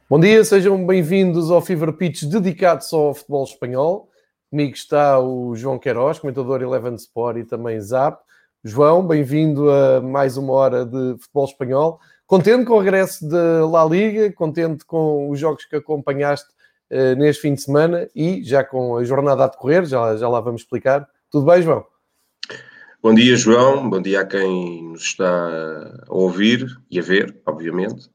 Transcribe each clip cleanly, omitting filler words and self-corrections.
Bom dia, sejam bem-vindos ao Fever Pitch dedicado só ao futebol espanhol. Comigo está o João Queiroz, comentador Eleven Sport e também Zap. João, bem-vindo a mais uma hora de futebol espanhol. Contente com o regresso da La Liga, contente com os jogos que acompanhaste neste fim de semana e já com a jornada a decorrer, já lá vamos explicar. Tudo bem, João? Bom dia, João. Bom dia a quem nos está a ouvir e a ver, obviamente.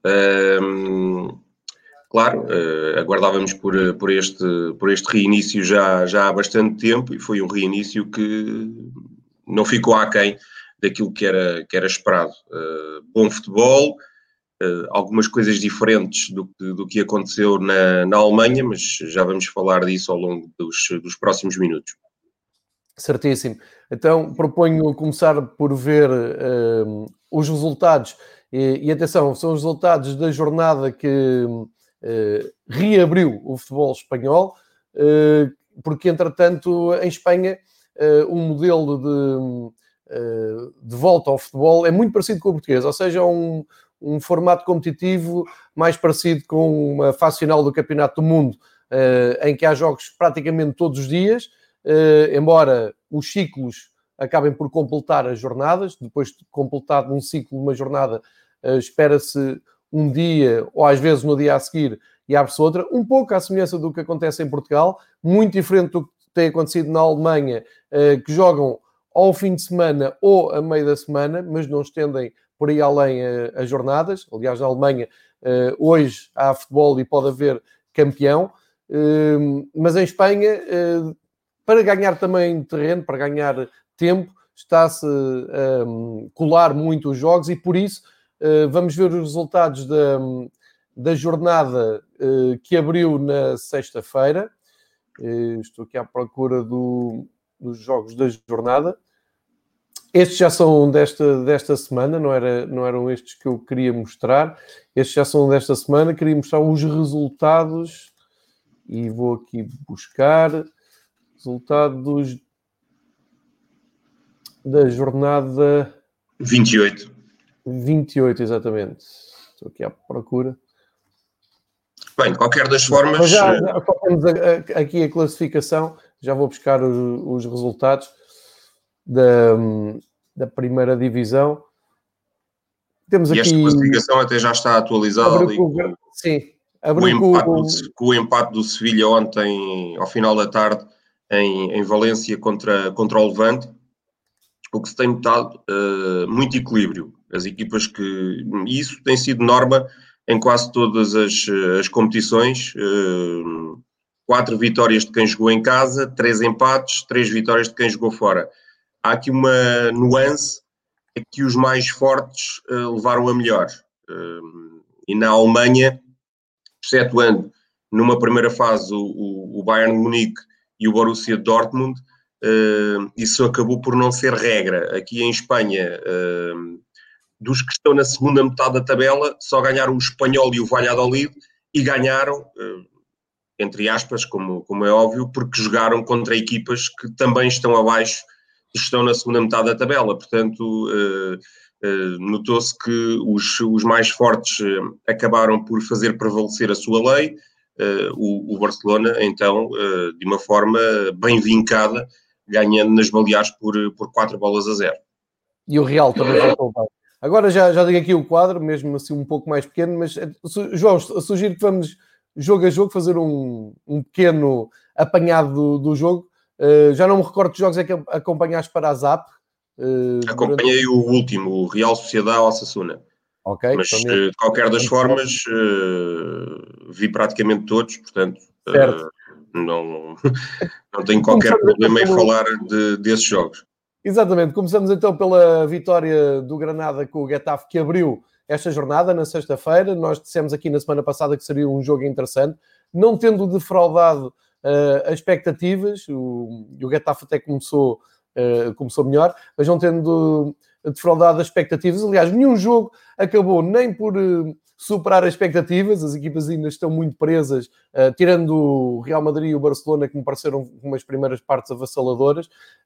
Claro, aguardávamos por este reinício já há bastante tempo e foi um reinício que não ficou aquém daquilo que era esperado. Bom futebol, algumas coisas diferentes do que aconteceu na Alemanha, mas já vamos falar disso ao longo dos próximos minutos. Certíssimo. Então, proponho começar por ver os resultados. E atenção, são os resultados da jornada que reabriu o futebol espanhol, porque, entretanto, em Espanha, o modelo de volta ao futebol é muito parecido com o português, ou seja, um formato competitivo mais parecido com uma fase final do Campeonato do Mundo, em que há jogos praticamente todos os dias, embora os ciclos acabem por completar as jornadas. Depois de completado um ciclo, uma jornada, espera-se um dia, ou às vezes no dia a seguir, e abre-se outra, um pouco à semelhança do que acontece em Portugal, muito diferente do que tem acontecido na Alemanha, que jogam ao fim de semana ou a meio da semana, mas não estendem por aí além as jornadas. Aliás, na Alemanha, hoje há futebol e pode haver campeão, mas em Espanha, para ganhar também terreno, para ganhar tempo, está-se a colar muito os jogos e por isso vamos ver os resultados da jornada que abriu na sexta-feira. Estou aqui à procura dos jogos da jornada. Estes já são desta semana, não eram estes que eu queria mostrar. Estes já são desta semana. Queria mostrar os resultados e vou aqui buscar resultados da jornada 28. 28, exatamente. Estou aqui à procura. Bem, de qualquer das formas... Já temos aqui a classificação. Já vou buscar os resultados da primeira divisão. Temos e aqui... esta classificação até já está atualizada ali com o empate do Sevilha ontem, ao final da tarde, em Valência contra o Levante. O que se tem notado, muito equilíbrio. As equipas que... E isso tem sido norma em quase todas as competições. 4 vitórias de quem jogou em casa, 3 empates, 3 vitórias de quem jogou fora. Há aqui uma nuance, é que os mais fortes levaram a melhor. E na Alemanha, excetuando numa primeira fase o Bayern de Munique e o Borussia Dortmund, isso acabou por não ser regra. Aqui em Espanha, dos que estão na segunda metade da tabela, só ganharam o Espanhol e o Valladolid, e ganharam, entre aspas, como é óbvio, porque jogaram contra equipas que também estão abaixo, que estão na segunda metade da tabela. Portanto, notou-se que os mais fortes acabaram por fazer prevalecer a sua lei. O Barcelona, então, de uma forma bem vincada, ganhando nas Baleares por 4-0. E o Real também voltou bem. Agora já digo aqui o quadro, mesmo assim um pouco mais pequeno, mas João, sugiro que vamos jogo a jogo fazer um pequeno apanhado do jogo. Já não me recordo que jogos é que acompanhaste para a Zap. Acompanhei o último, o Real Sociedade Osasuna. Okay, mas de qualquer das formas vi praticamente todos, portanto não tenho qualquer problema em falar desses jogos. Exatamente, começamos então pela vitória do Granada com o Getafe, que abriu esta jornada na sexta-feira. Nós dissemos aqui na semana passada que seria um jogo interessante, não tendo defraudado as expectativas. O Getafe até começou melhor, mas não tendo defraudado as expectativas. Aliás, nenhum jogo acabou nem por superar as expectativas, as equipas ainda estão muito presas, tirando o Real Madrid e o Barcelona, que me pareceram umas primeiras partes avassaladoras.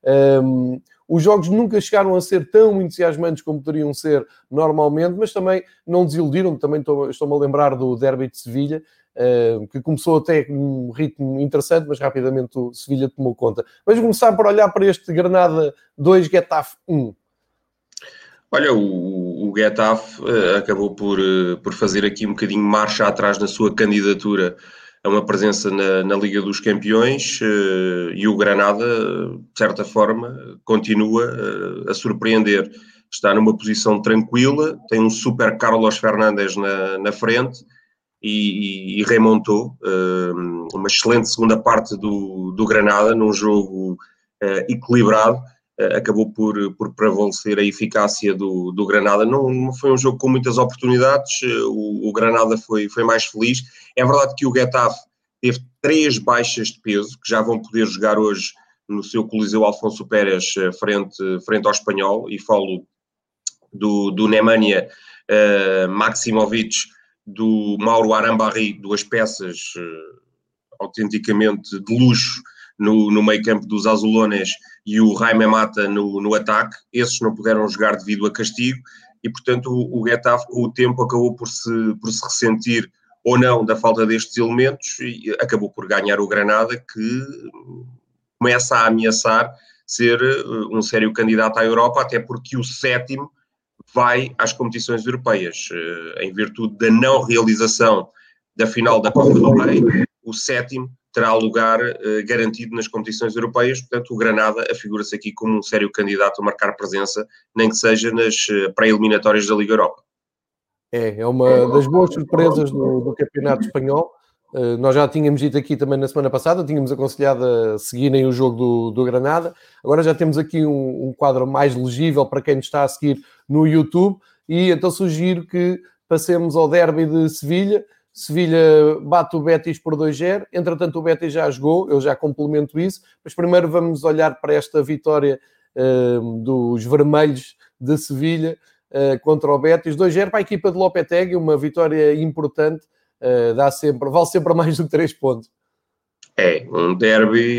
Os jogos nunca chegaram a ser tão entusiasmantes como poderiam ser normalmente, mas também não desiludiram. Também estou-me a lembrar do Derby de Sevilha, que começou até com um ritmo interessante, mas rapidamente o Sevilha tomou conta. Vamos começar por olhar para este Granada 2, Getafe 1. Olha, o Getafe acabou por fazer aqui um bocadinho marcha atrás na sua candidatura a uma presença na Liga dos Campeões, e o Granada, de certa forma, continua a surpreender. Está numa posição tranquila, tem um super Carlos Fernandes na frente e remontou uma excelente segunda parte do Granada num jogo equilibrado. Acabou por prevalecer a eficácia do Granada. Não foi um jogo com muitas oportunidades, o Granada foi mais feliz. É verdade que o Getafe teve 3 baixas de peso, que já vão poder jogar hoje no seu Coliseu Alfonso Pérez frente ao Espanhol, e falo do Nemanja Maksimovic, do Mauro Arambarri, 2 peças autenticamente de luxo no meio campo dos Azulones, e o Jaime Mata no ataque. Esses não puderam jogar devido a castigo, e portanto o Getafe com o tempo acabou por se ressentir ou não da falta destes elementos, e acabou por ganhar o Granada, que começa a ameaçar ser um sério candidato à Europa, até porque o 7º vai às competições europeias, em virtude da não realização da final da Copa do Rei. O 7º terá lugar garantido nas competições europeias. Portanto, o Granada afigura-se aqui como um sério candidato a marcar presença, nem que seja nas pré-eliminatórias da Liga Europa. É uma das boas surpresas do Campeonato Espanhol. Nós já tínhamos dito aqui também na semana passada, tínhamos aconselhado a seguirem o jogo do Granada. Agora já temos aqui um quadro mais legível para quem nos está a seguir no YouTube, e então sugiro que passemos ao derby de Sevilha. Sevilha bate o Betis por 2-0. Entretanto, o Betis já jogou, eu já complemento isso, mas primeiro vamos olhar para esta vitória dos vermelhos de Sevilha contra o Betis. 2-0 para a equipa de Lopetegui, uma vitória importante, vale sempre mais do que 3 pontos. É, um derby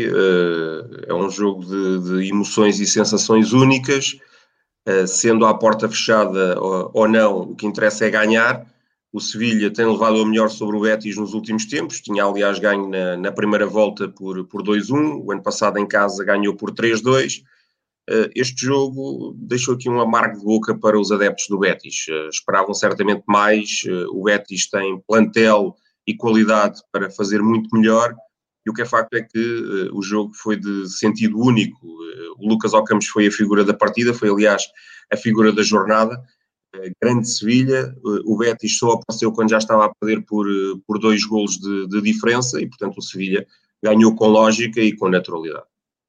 é um jogo de emoções e sensações únicas, sendo à porta fechada ou não, o que interessa é ganhar. O Sevilha tem levado a melhor sobre o Betis nos últimos tempos, tinha aliás ganho na primeira volta por 2-1, o ano passado em casa ganhou por 3-2. Este jogo deixou aqui um amargo de boca para os adeptos do Betis. Esperavam certamente mais. O Betis tem plantel e qualidade para fazer muito melhor, e o que é facto é que o jogo foi de sentido único. O Lucas Ocampos foi a figura da partida, foi aliás a figura da jornada. Grande Sevilha, o Betis só apareceu quando já estava a perder por 2 golos de diferença, e portanto o Sevilha ganhou com lógica e com naturalidade.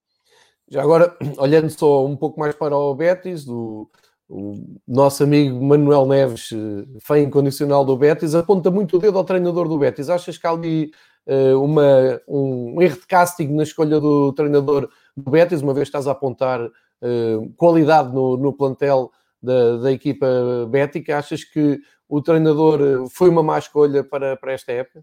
Já agora, olhando só um pouco mais para o Betis, o nosso amigo Manuel Neves, fã incondicional do Betis, aponta muito o dedo ao treinador do Betis. Achas que há ali um erro de casting na escolha do treinador do Betis, uma vez que estás a apontar qualidade no plantel da equipa bética? Achas que o treinador foi uma má escolha para esta época?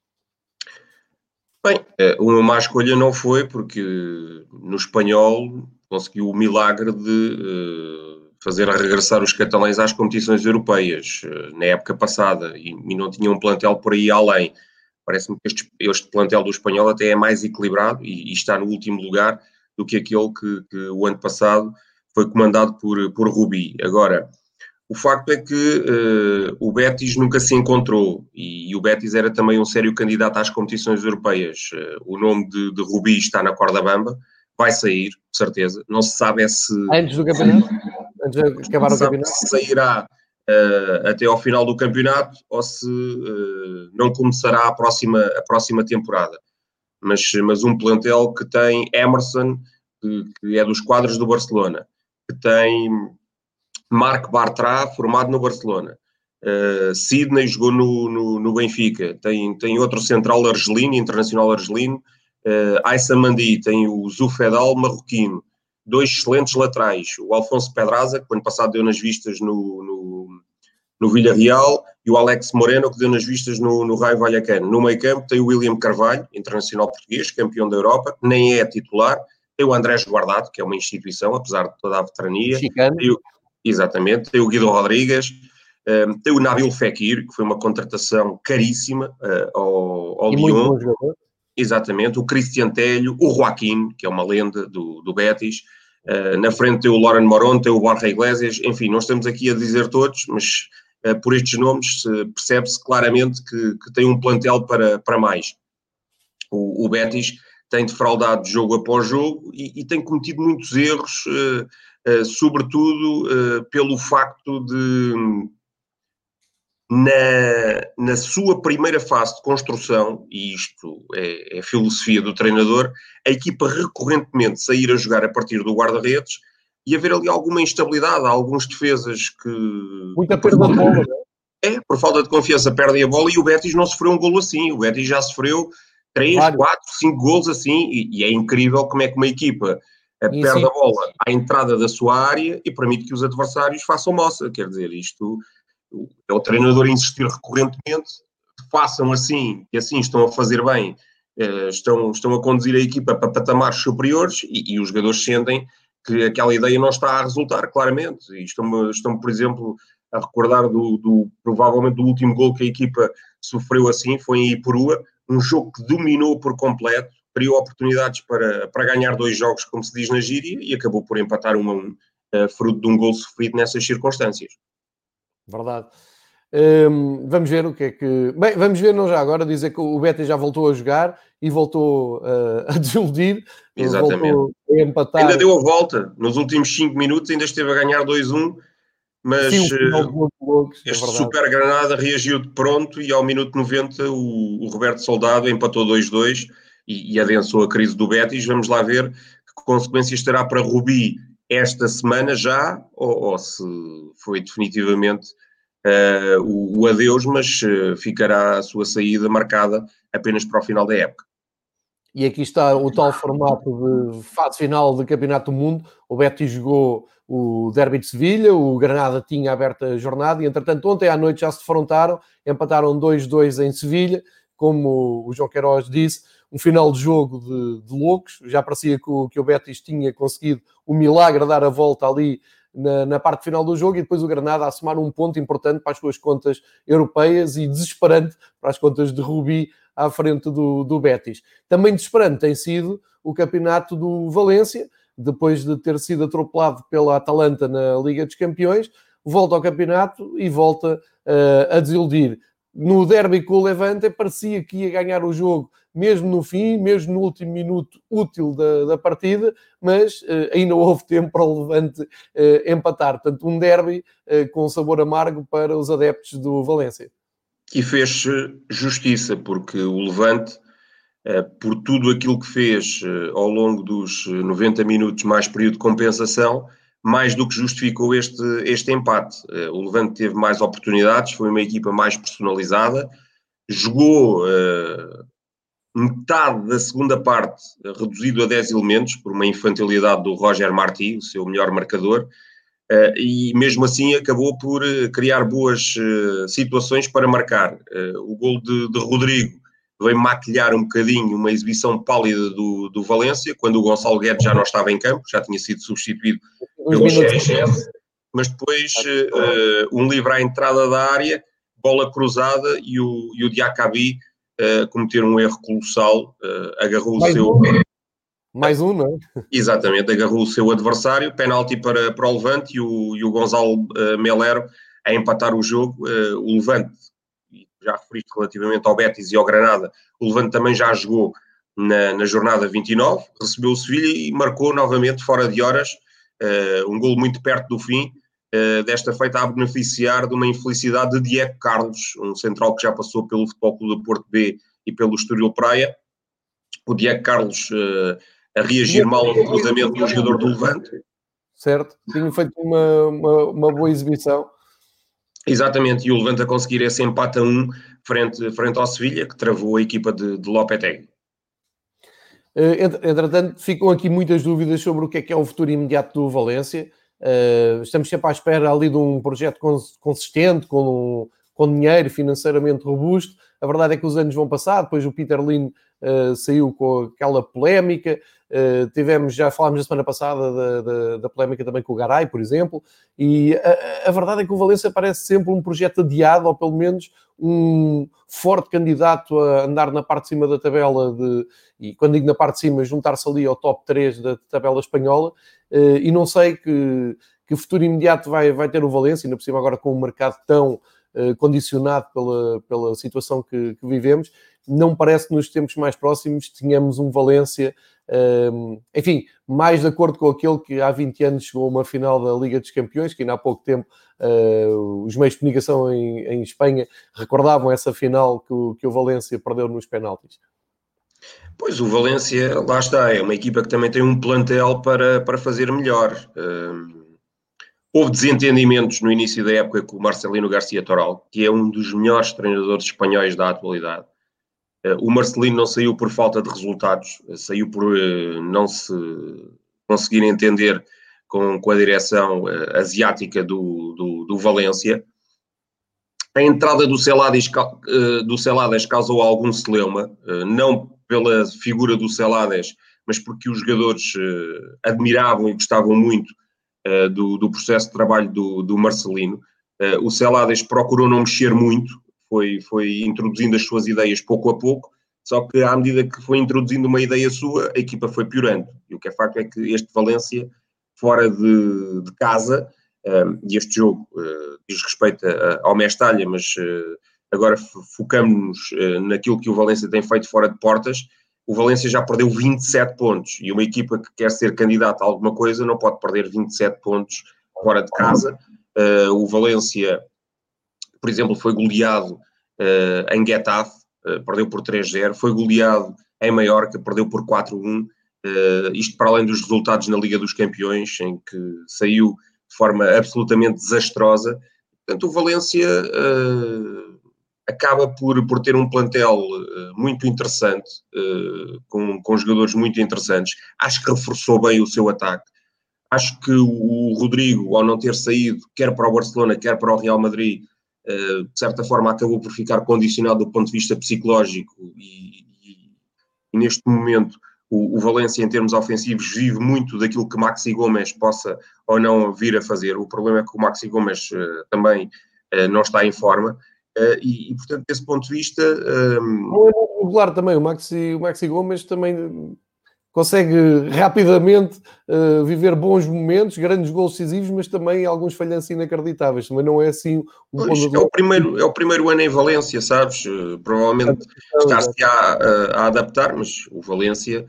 Bem, uma má escolha não foi, porque no Espanhol conseguiu o milagre de fazer regressar os catalães às competições europeias na época passada, e não tinha um plantel por aí além. Parece-me que este plantel do Espanhol até é mais equilibrado e está no último lugar do que aquele que o ano passado foi comandado por Rubi. Agora, o facto é que o Betis nunca se encontrou, e o Betis era também um sério candidato às competições europeias. O nome de Rubi está na corda bamba, vai sair, com certeza. Não se sabe se... Antes do campeonato? Antes de acabar o campeonato? Se sairá até ao final do campeonato, ou se não começará a próxima temporada. Mas um plantel que tem Emerson, que é dos quadros do Barcelona, que tem Marc Bartra, formado no Barcelona, Sidney jogou no Benfica, tem outro central argelino, internacional argelino, Aissa Mandi, tem o Zufedal marroquino, 2 excelentes laterais, o Alfonso Pedraza, que ano passado deu nas vistas no no Villarreal, e o Alex Moreno, que deu nas vistas no Raio Vallecano. No meio campo tem o William Carvalho, internacional português, campeão da Europa, que nem é titular. Tem o Andrés Guardado, que é uma instituição, apesar de toda a veterania. Exatamente. Tem o Guido Rodrigues, tem o Nabil Fekir, que foi uma contratação caríssima ao Lyon. Exatamente. O Cristian Tello, o Joaquim, que é uma lenda do Betis. Na frente tem o Loren Moron, tem o Borja Iglesias. Enfim, não estamos aqui a dizer todos, mas por estes nomes percebe-se claramente que tem um plantel para mais. O Betis tem defraudado jogo após jogo e tem cometido muitos erros, sobretudo pelo facto de, na sua primeira fase de construção, e isto é a filosofia do treinador, a equipa recorrentemente sair a jogar a partir do guarda-redes e haver ali alguma instabilidade, há alguns defesas que... Muita perda de bola, não é? Por falta de confiança perdem a bola, e o Betis não sofreu um golo assim. O Betis já sofreu 3, 4, 5 golos assim, e é incrível como é que uma equipa perde a bola à entrada da sua área e permite que os adversários façam moça. Quer dizer, isto é o treinador insistir recorrentemente, façam assim, que assim estão a fazer bem, estão a conduzir a equipa para patamares superiores, e os jogadores sentem que aquela ideia não está a resultar, claramente. E estão por exemplo, a recordar provavelmente do último gol que a equipa sofreu assim, foi em Ipurua, um jogo que dominou por completo, criou oportunidades para ganhar 2 jogos, como se diz na gíria, e acabou por empatar 1-1, fruto de um gol sofrido nessas circunstâncias. Verdade. Vamos ver o que é que... Bem, vamos ver, não já agora, dizer que o Betis já voltou a jogar e voltou a desiludir. Exatamente. Voltou a empatar. Ainda deu a volta. Nos últimos 5 minutos ainda esteve a ganhar 2-1, mas sim, este Super Granada reagiu de pronto e ao minuto 90 o Roberto Soldado empatou 2-2 e adensou a crise do Betis. Vamos lá ver que consequências terá para Rubi esta semana já, ou se foi definitivamente o adeus, mas ficará a sua saída marcada apenas para o final da época. E aqui está o tal formato de fase final do Campeonato do Mundo. O Betis jogou o Derby de Sevilha, o Granada tinha aberto a jornada e, entretanto, ontem à noite já se defrontaram, empataram 2-2 em Sevilha, como o João Queiroz disse, um final de jogo de loucos. Já parecia que o Betis tinha conseguido o milagre de dar a volta ali na parte final do jogo, e depois o Granada a somar um ponto importante para as suas contas europeias e desesperante para as contas de Rubi à frente do Betis. Também desesperante tem sido o campeonato do Valência, depois de ter sido atropelado pela Atalanta na Liga dos Campeões, volta ao campeonato e volta a desiludir. No derby com o Levante parecia que ia ganhar o jogo mesmo no fim, mesmo no último minuto útil da partida, mas ainda houve tempo para o Levante empatar. Portanto, um derby com sabor amargo para os adeptos do Valência. E fez justiça, porque o Levante, por tudo aquilo que fez ao longo dos 90 minutos mais período de compensação, mais do que justificou este empate. O Levante teve mais oportunidades, foi uma equipa mais personalizada, jogou metade da segunda parte reduzido a 10 elementos, por uma infantilidade do Roger Martí, o seu melhor marcador, e mesmo assim acabou por criar boas situações para marcar. O gol de Rodrigo veio maquilhar um bocadinho uma exibição pálida do Valência, quando o Gonçalo Guedes já não estava em campo, já tinha sido substituído pelo Xerxes, mas depois um livre à entrada da área, bola cruzada, e o Diacabi cometer um erro colossal, agarrou o seu... Mais um, não é? Exatamente, agarrou o seu adversário, penalti para o Levante, e o Gonçalo Melero a empatar o jogo. O Levante, já referiste relativamente ao Betis e ao Granada, o Levante também já jogou na jornada 29, recebeu o Sevilha e marcou novamente, fora de horas, um golo muito perto do fim, desta feita a beneficiar de uma infelicidade de Diego Carlos, um central que já passou pelo Futebol Clube do Porto B e pelo Estoril Praia. O Diego Carlos a reagir mal ao cruzamento do jogador do Levante. Certo, tinha feito uma boa exibição. Exatamente, e o Levante a conseguir esse empate a 1 frente ao Sevilha, que travou a equipa de Lopetegui. Entretanto, ficam aqui muitas dúvidas sobre o que é o futuro imediato do Valência. Estamos sempre à espera ali de um projeto consistente, com dinheiro financeiramente robusto. A verdade é que os anos vão passar, depois o Peter Lim saiu com aquela polémica, já falámos na semana passada da polémica também com o Garay, por exemplo, e a verdade é que o Valência parece sempre um projeto adiado, ou pelo menos um forte candidato a andar na parte de cima da tabela, e quando digo na parte de cima, juntar-se ali ao top 3 da tabela espanhola, e não sei que futuro imediato vai ter o Valência, ainda por cima agora com um mercado tão condicionado pela situação que vivemos. Não parece que nos tempos mais próximos tenhamos um Valência, enfim, mais de acordo com aquele que há 20 anos chegou a uma final da Liga dos Campeões, que ainda há pouco tempo os meios de comunicação em Espanha recordavam essa final que o Valência perdeu nos penaltis. Pois, o Valência, lá está, é uma equipa que também tem um plantel para fazer melhor. Houve desentendimentos no início da época com o Marcelino García Toral, que é um dos melhores treinadores espanhóis da atualidade. O Marcelino não saiu por falta de resultados, saiu por não se conseguir entender com a direção asiática do Valência. A entrada do Celades causou algum celeuma, não pela figura do Celades, mas porque os jogadores admiravam e gostavam muito do processo de trabalho do Marcelino. O Celades procurou não mexer muito, foi introduzindo as suas ideias pouco a pouco, só que à medida que foi introduzindo uma ideia sua, a equipa foi piorando. E o que é facto é que este Valência, fora de casa, e este jogo diz respeito ao Mestalha, mas agora focamos-nos naquilo que o Valência tem feito fora de portas. O Valência já perdeu 27 pontos, e uma equipa que quer ser candidata a alguma coisa não pode perder 27 pontos fora de casa. O Valência, por exemplo, foi goleado em Getafe, perdeu por 3-0, foi goleado em Maiorca, perdeu por 4-1, isto para além dos resultados na Liga dos Campeões, em que saiu de forma absolutamente desastrosa. Portanto, o Valência acaba por ter um plantel muito interessante, com jogadores muito interessantes. Acho que reforçou bem o seu ataque. Acho que o Rodrigo, ao não ter saído, quer para o Barcelona, quer para o Real Madrid, de certa forma acabou por ficar condicionado do ponto de vista psicológico e neste momento o Valência, em termos ofensivos, vive muito daquilo que Maxi Gomes possa ou não vir a fazer. O problema é que o Maxi Gomes também não está em forma e, portanto, desse ponto de vista... Não é muito regular também. O Maxi Gomes também consegue rapidamente viver bons momentos, grandes gols decisivos, mas também alguns falhanços inacreditáveis. Mas não é assim um pois, é o primeiro ano em Valência, sabes? Provavelmente estar-se a adaptar, mas o Valência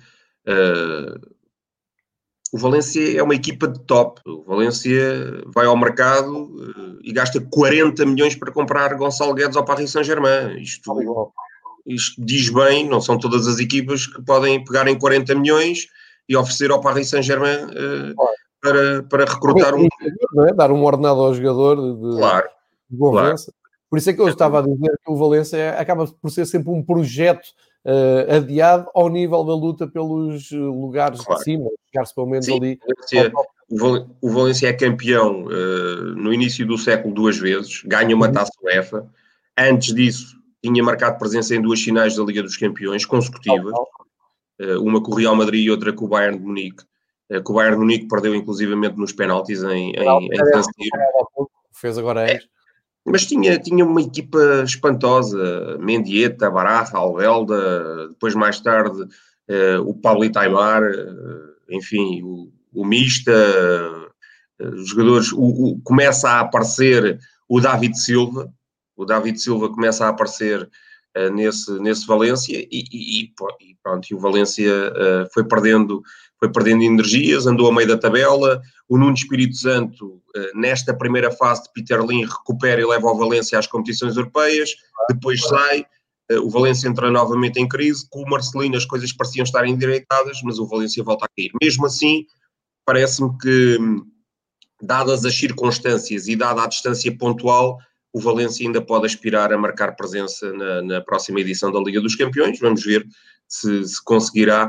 é uma equipa de top. O Valência vai ao mercado e gasta 40 milhões para comprar Gonçalo Guedes ao Paris Saint-Germain. Isto diz bem, não são todas as equipas que podem pegar em 40 milhões e oferecer ao Paris Saint-Germain para recrutar um... Não é? Dar um ordenado ao jogador Claro. de convença. Claro. Por isso é que eu estava a dizer que o Valência acaba por ser sempre um projeto adiado ao nível da luta pelos lugares de cima, chegar-se pelo menos ali. O Valência é campeão no início do século 2 vezes, ganha uma taça UEFA. Antes disso, tinha marcado presença em 2 finais da Liga dos Campeões consecutivas, uma com o Real Madrid e outra com o Bayern de Munique. Que o Bayern de Munique perdeu inclusivamente nos penaltis em San Siro. Fez agora antes. Mas tinha uma equipa espantosa, Mendieta, Baraja, Albelda, depois mais tarde o Pablito Aimar, enfim, o Mista, os jogadores, começa a aparecer o David Silva começa a aparecer nesse Valência e pronto, e o Valência foi perdendo energias, andou a meio da tabela. O Nuno Espírito Santo, nesta primeira fase de Peter Lim, recupera e leva o Valência às competições europeias, depois sai, o Valência entra novamente em crise. Com o Marcelino as coisas pareciam estar endireitadas, mas o Valência volta a cair. Mesmo assim, parece-me que, dadas as circunstâncias e dada a distância pontual, o Valência ainda pode aspirar a marcar presença na próxima edição da Liga dos Campeões. Vamos ver se conseguirá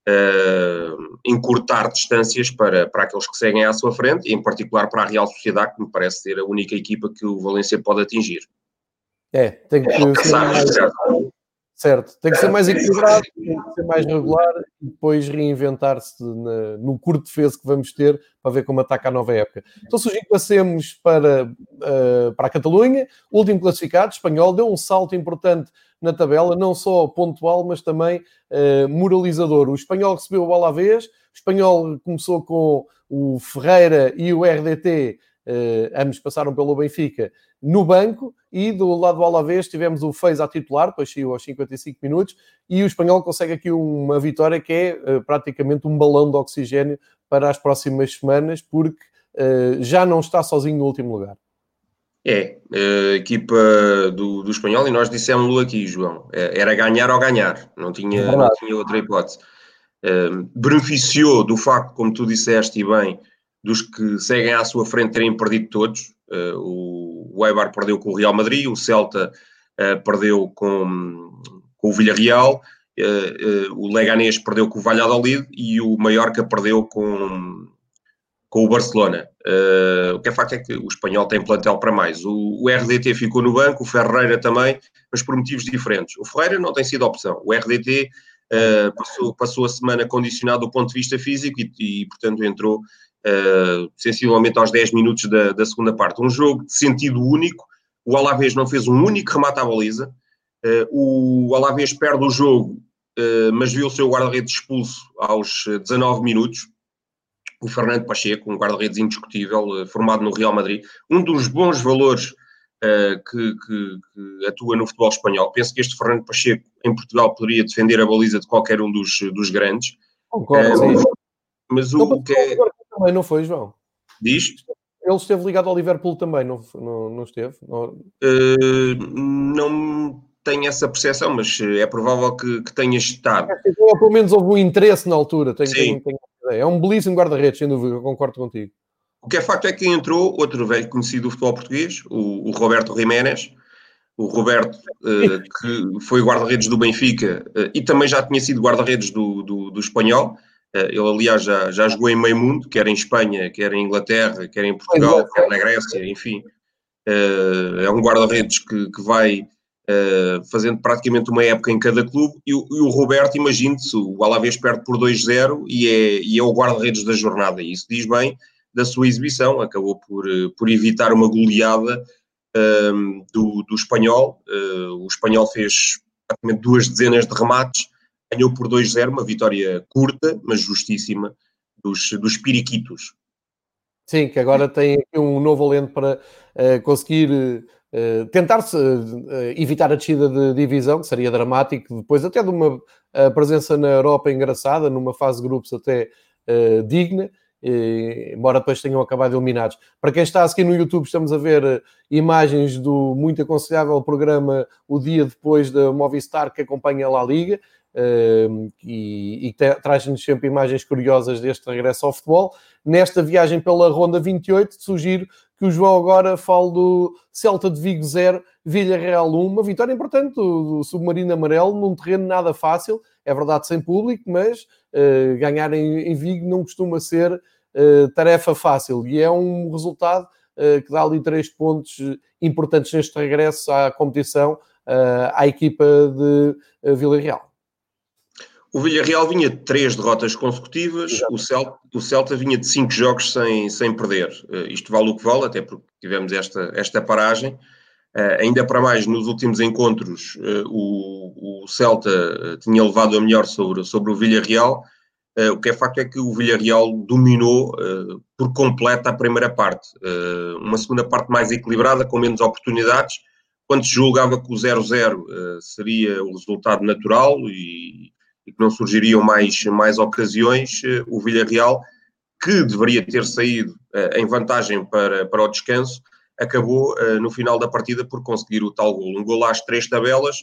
encurtar distâncias para aqueles que seguem à sua frente, e em particular para a Real Sociedade, que me parece ser a única equipa que o Valência pode atingir. Tem que ser mais, certo, tem que ser mais equilibrado, tem que ser mais regular e depois reinventar-se no curto defeso que vamos ter para ver como ataca a nova época. Então sugiro que passemos para a Catalunha. O último classificado, Espanhol, deu um salto importante na tabela, não só pontual, mas também moralizador. O Espanhol recebeu o Alavés, o Espanhol começou com o Ferreira e o RDT, ambos passaram pelo Benfica, no banco, e do lado do Alavés tivemos o Fez a titular, depois saiu aos 55 minutos, e o Espanhol consegue aqui uma vitória que é praticamente um balão de oxigênio para as próximas semanas, porque já não está sozinho no último lugar. A equipa do Espanhol, e nós dissemos-lo aqui, João, era ganhar ou ganhar, não tinha outra hipótese. Beneficiou do facto, como tu disseste e bem, dos que seguem à sua frente terem perdido todos. O Eibar perdeu com o Real Madrid, o Celta perdeu com o Villarreal, o Leganés perdeu com o Valladolid e o Mallorca perdeu com o Barcelona. O que é facto é que o Espanhol tem plantel para mais. O RDT ficou no banco, o Ferreira também, mas por motivos diferentes. O Ferreira não tem sido opção. O RDT passou a semana condicionado do ponto de vista físico e portanto, entrou sensivelmente aos 10 minutos da segunda parte. Um jogo de sentido único. O Alavés não fez um único remate à baliza. O Alavés perde o jogo, mas viu o seu guarda-redes expulso aos 19 minutos. O Fernando Pacheco, um guarda-redes indiscutível, formado no Real Madrid, um dos bons valores que atua no futebol espanhol. Penso que este Fernando Pacheco, em Portugal, poderia defender a baliza de qualquer um dos grandes. Concordo, sim. Mas o que é... Também não foi, João? Diz? Ele esteve ligado ao Liverpool também, não esteve? Não tenho essa percepção, mas é provável que tenha estado. Pelo menos houve um interesse na altura. Sim. É um belíssimo guarda-redes, sem dúvida, eu concordo contigo. O que é facto é que entrou outro velho conhecido do futebol português, o Roberto Jiménez. O Roberto, que foi guarda-redes do Benfica e também já tinha sido guarda-redes do Espanhol. Ele, aliás, já jogou em meio mundo, quer em Espanha, quer em Inglaterra, quer em Portugal, quer na Grécia, enfim. É um guarda-redes que vai fazendo praticamente uma época em cada clube. E o Roberto, imagine-se, o Alavés perde por 2-0 e é o guarda-redes da jornada. E isso diz bem da sua exibição. Acabou por evitar uma goleada do Espanhol. O Espanhol fez praticamente 2 dezenas de remates, ganhou por 2-0, uma vitória curta, mas justíssima, dos Piriquitos. Sim, que agora tem aqui um novo alento para conseguir tentar-se evitar a descida de divisão, que seria dramático, depois até de uma presença na Europa engraçada, numa fase de grupos até digna, embora depois tenham acabado eliminados. Para quem está a seguir no YouTube, estamos a ver imagens do muito aconselhável programa O Dia Depois da Movistar, que acompanha a La Liga, e traz-nos sempre imagens curiosas deste regresso ao futebol. Nesta viagem pela Ronda 28, sugiro que o João agora fale do Celta de Vigo 0, Villarreal 1, uma vitória importante do Submarino Amarelo, num terreno nada fácil, é verdade sem público, mas ganhar em Vigo não costuma ser tarefa fácil, e é um resultado que dá ali 3 pontos importantes neste regresso à competição à equipa de Villarreal. O Villarreal vinha de 3 derrotas consecutivas, o Celta vinha de 5 jogos sem perder. Isto vale o que vale, até porque tivemos esta paragem. Ainda para mais, nos últimos encontros, o Celta tinha levado a melhor sobre o Villarreal. O que é facto é que o Villarreal dominou por completo a primeira parte. Uma segunda parte mais equilibrada, com menos oportunidades. Quando se julgava que o 0-0 seria o resultado natural e que não surgiriam mais ocasiões, o Villarreal, que deveria ter saído em vantagem para o descanso, acabou no final da partida por conseguir o tal golo. Um golo às 3 tabelas,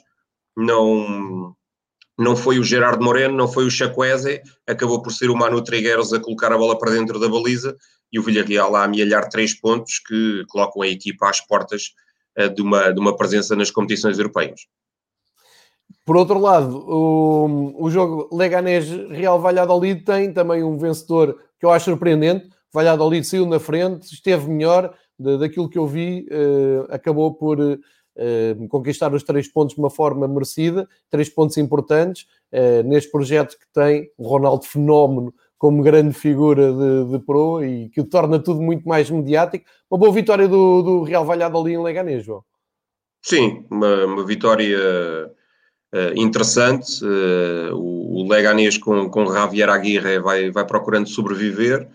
não foi o Gerardo Moreno, não foi o Chakweze, acabou por ser o Manu Trigueros a colocar a bola para dentro da baliza e o Villarreal a amealhar 3 pontos que colocam a equipa às portas de uma presença nas competições europeias. Por outro lado, o jogo Leganés-Real Valladolid tem também um vencedor que eu acho surpreendente. Valladolid saiu na frente, esteve melhor daquilo que eu vi, acabou por conquistar os 3 pontos de uma forma merecida, 3 pontos importantes neste projeto que tem o Ronaldo Fenómeno como grande figura de pro e que torna tudo muito mais mediático. Uma boa vitória do Real Valladolid em Leganés, João. Sim, uma vitória interessante. O Leganés com Javier Aguirre vai procurando sobreviver.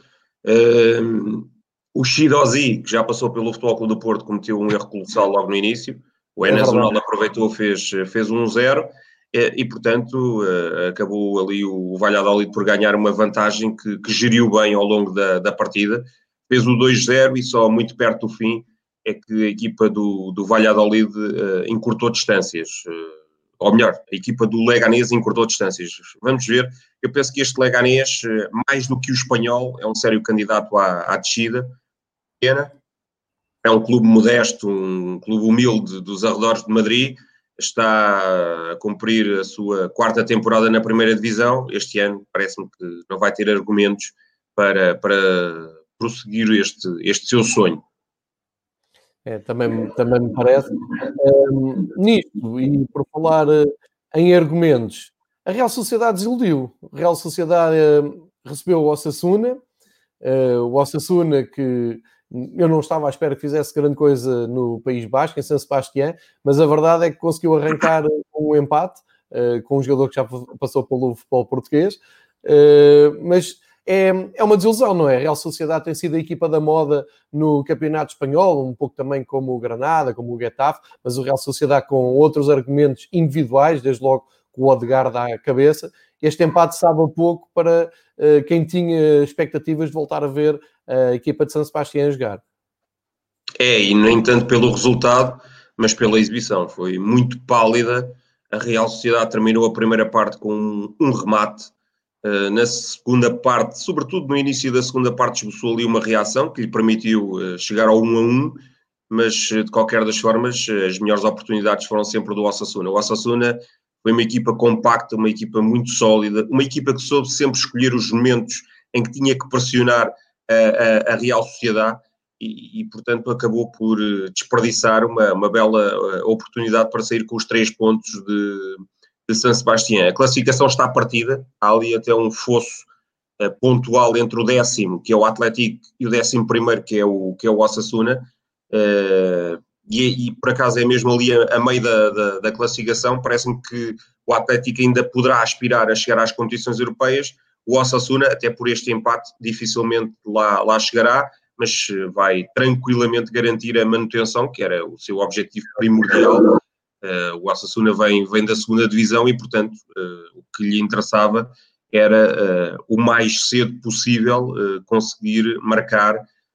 O Chirozzi, que já passou pelo Futebol Clube do Porto, cometeu um erro colossal logo no início. O Enes Unal aproveitou, fez 1-0 e, portanto, acabou ali o Valladolid por ganhar uma vantagem que geriu bem ao longo da partida. Fez o 2-0 e só muito perto do fim é que a equipa do Valladolid encurtou distâncias. Ou melhor, a equipa do Leganés encurtou distâncias. Vamos ver. Eu penso que este Leganés, mais do que o espanhol, é um sério candidato à descida. É um clube modesto, um clube humilde dos arredores de Madrid. Está a cumprir a sua 4ª temporada na primeira divisão. Este ano parece-me que não vai ter argumentos para prosseguir este seu sonho. Também me parece. Nisto, e por falar em argumentos, a Real Sociedade desiludiu. A Real Sociedade recebeu o Osasuna que eu não estava à espera que fizesse grande coisa no País Basco, em San Sebastián, mas a verdade é que conseguiu arrancar um empate com um jogador que já passou pelo futebol português, mas é uma desilusão, não é? A Real Sociedade tem sido a equipa da moda no Campeonato Espanhol, um pouco também como o Granada, como o Getafe, mas o Real Sociedade com outros argumentos individuais, desde logo com o Odegaard à cabeça. Este empate sabe a pouco para quem tinha expectativas de voltar a ver a equipa de San Sebastián jogar. E nem tanto pelo resultado, mas pela exibição. Foi muito pálida. A Real Sociedade terminou a primeira parte com um remate. Na segunda parte, sobretudo no início da segunda parte, esboçou ali uma reação que lhe permitiu chegar ao 1-1, mas de qualquer das formas, as melhores oportunidades foram sempre do Osasuna. O Osasuna foi uma equipa compacta, uma equipa muito sólida, uma equipa que soube sempre escolher os momentos em que tinha que pressionar a Real Sociedade e, portanto, acabou por desperdiçar uma bela oportunidade para sair com os 3 pontos de San Sebastián. A classificação está partida, há ali até um fosso pontual entre o 10º, que é o Atlético, e o 11º, que é o Osasuna, e por acaso é mesmo ali a meio da classificação. Parece-me que o Atlético ainda poderá aspirar a chegar às competições europeias. O Osasuna, até por este empate, dificilmente lá chegará, mas vai tranquilamente garantir a manutenção, que era o seu objetivo primordial. O Osasuna vem da segunda divisão e, portanto, o que lhe interessava era o mais cedo possível conseguir marcar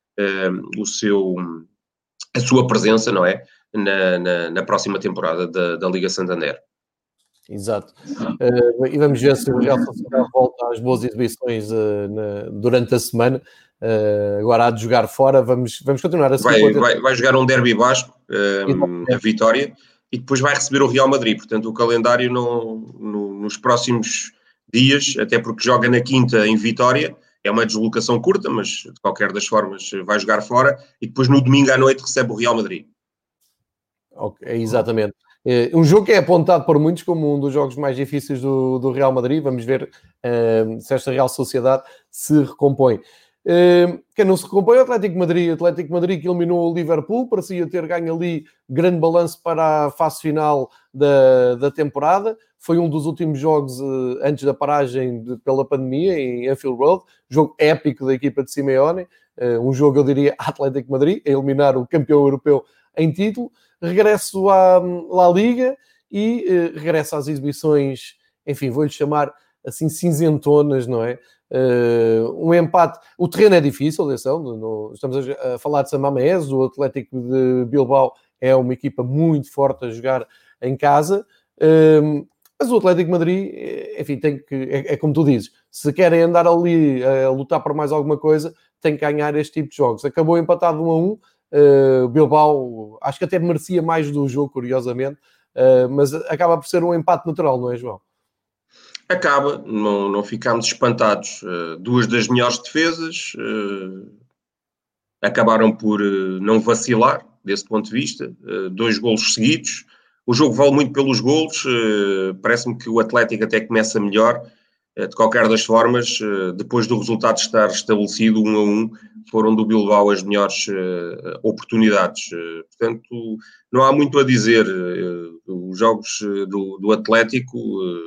a sua presença, não é? Na próxima temporada da Liga Santander. Exato. E vamos ver se o Real Sociedade volta às boas exibições durante a semana. Agora há de jogar fora, vamos continuar a seguir. Vai jogar um derby basco, a Vitória, e depois vai receber o Real Madrid. Portanto, o calendário nos próximos dias, até porque joga na quinta em Vitória, é uma deslocação curta, mas de qualquer das formas vai jogar fora, e depois no domingo à noite recebe o Real Madrid. Ok, exatamente. Um jogo que é apontado por muitos como um dos jogos mais difíceis do Real Madrid. Vamos ver se esta Real Sociedade se recompõe. Quem não se recompõe é o Atlético Madrid. O Atlético Madrid que eliminou o Liverpool, parecia ter ganho ali grande balanço para a fase final da temporada. Foi um dos últimos jogos antes da paragem pela pandemia em Anfield Road. Jogo épico da equipa de Simeone. Um jogo, eu diria, Atlético Madrid, a eliminar o campeão europeu em título. Regresso à La Liga e regresso às exibições, enfim, vou-lhe chamar assim cinzentonas, não é? Um empate, o terreno é difícil, atenção, estamos a falar de San Mamés, o Atlético de Bilbao é uma equipa muito forte a jogar em casa, mas o Atlético de Madrid, enfim, tem que, é como tu dizes, se querem andar ali a lutar por mais alguma coisa, tem que ganhar este tipo de jogos. Acabou empatado 1-1, Bilbao, acho que até merecia mais do jogo, curiosamente, mas acaba por ser um empate natural, não é, João? Acaba, não ficámos espantados. Duas das melhores defesas acabaram por não vacilar, desse ponto de vista. 2 golos seguidos. O jogo vale muito pelos golos. Parece-me que o Atlético até começa melhor. De qualquer das formas, depois do resultado estar estabelecido 1-1, foram do Bilbao as melhores oportunidades. Portanto, não há muito a dizer. Os jogos do Atlético,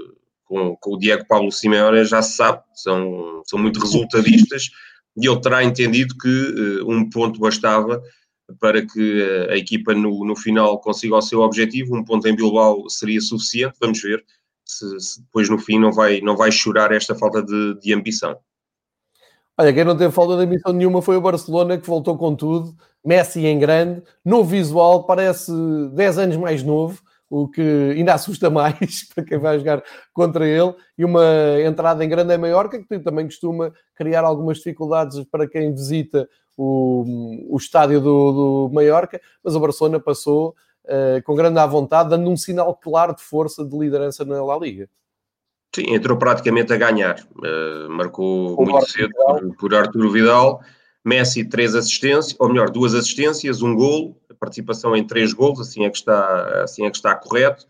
com o Diego Pablo Simeone, já se sabe, são muito resultadistas, e ele terá entendido que um ponto bastava para que a equipa no final consiga o seu objetivo. Um ponto em Bilbao seria suficiente. Vamos ver se depois no fim não vai chorar esta falta de ambição. Olha, quem não teve falta de ambição nenhuma foi o Barcelona, que voltou com tudo. Messi em grande, novo visual, parece 10 anos mais novo, o que ainda assusta mais para quem vai jogar contra ele, e uma entrada em grande em Maiorca, que também costuma criar algumas dificuldades para quem visita o estádio do Maiorca, mas o Barcelona passou com grande à vontade, dando um sinal claro de força, de liderança na La Liga. Sim, entrou praticamente a ganhar. Marcou muito cedo por Arturo Vidal. Messi 3 assistências, ou melhor, 2 assistências, 1 golo, a participação em 3 golos, assim é que está correto.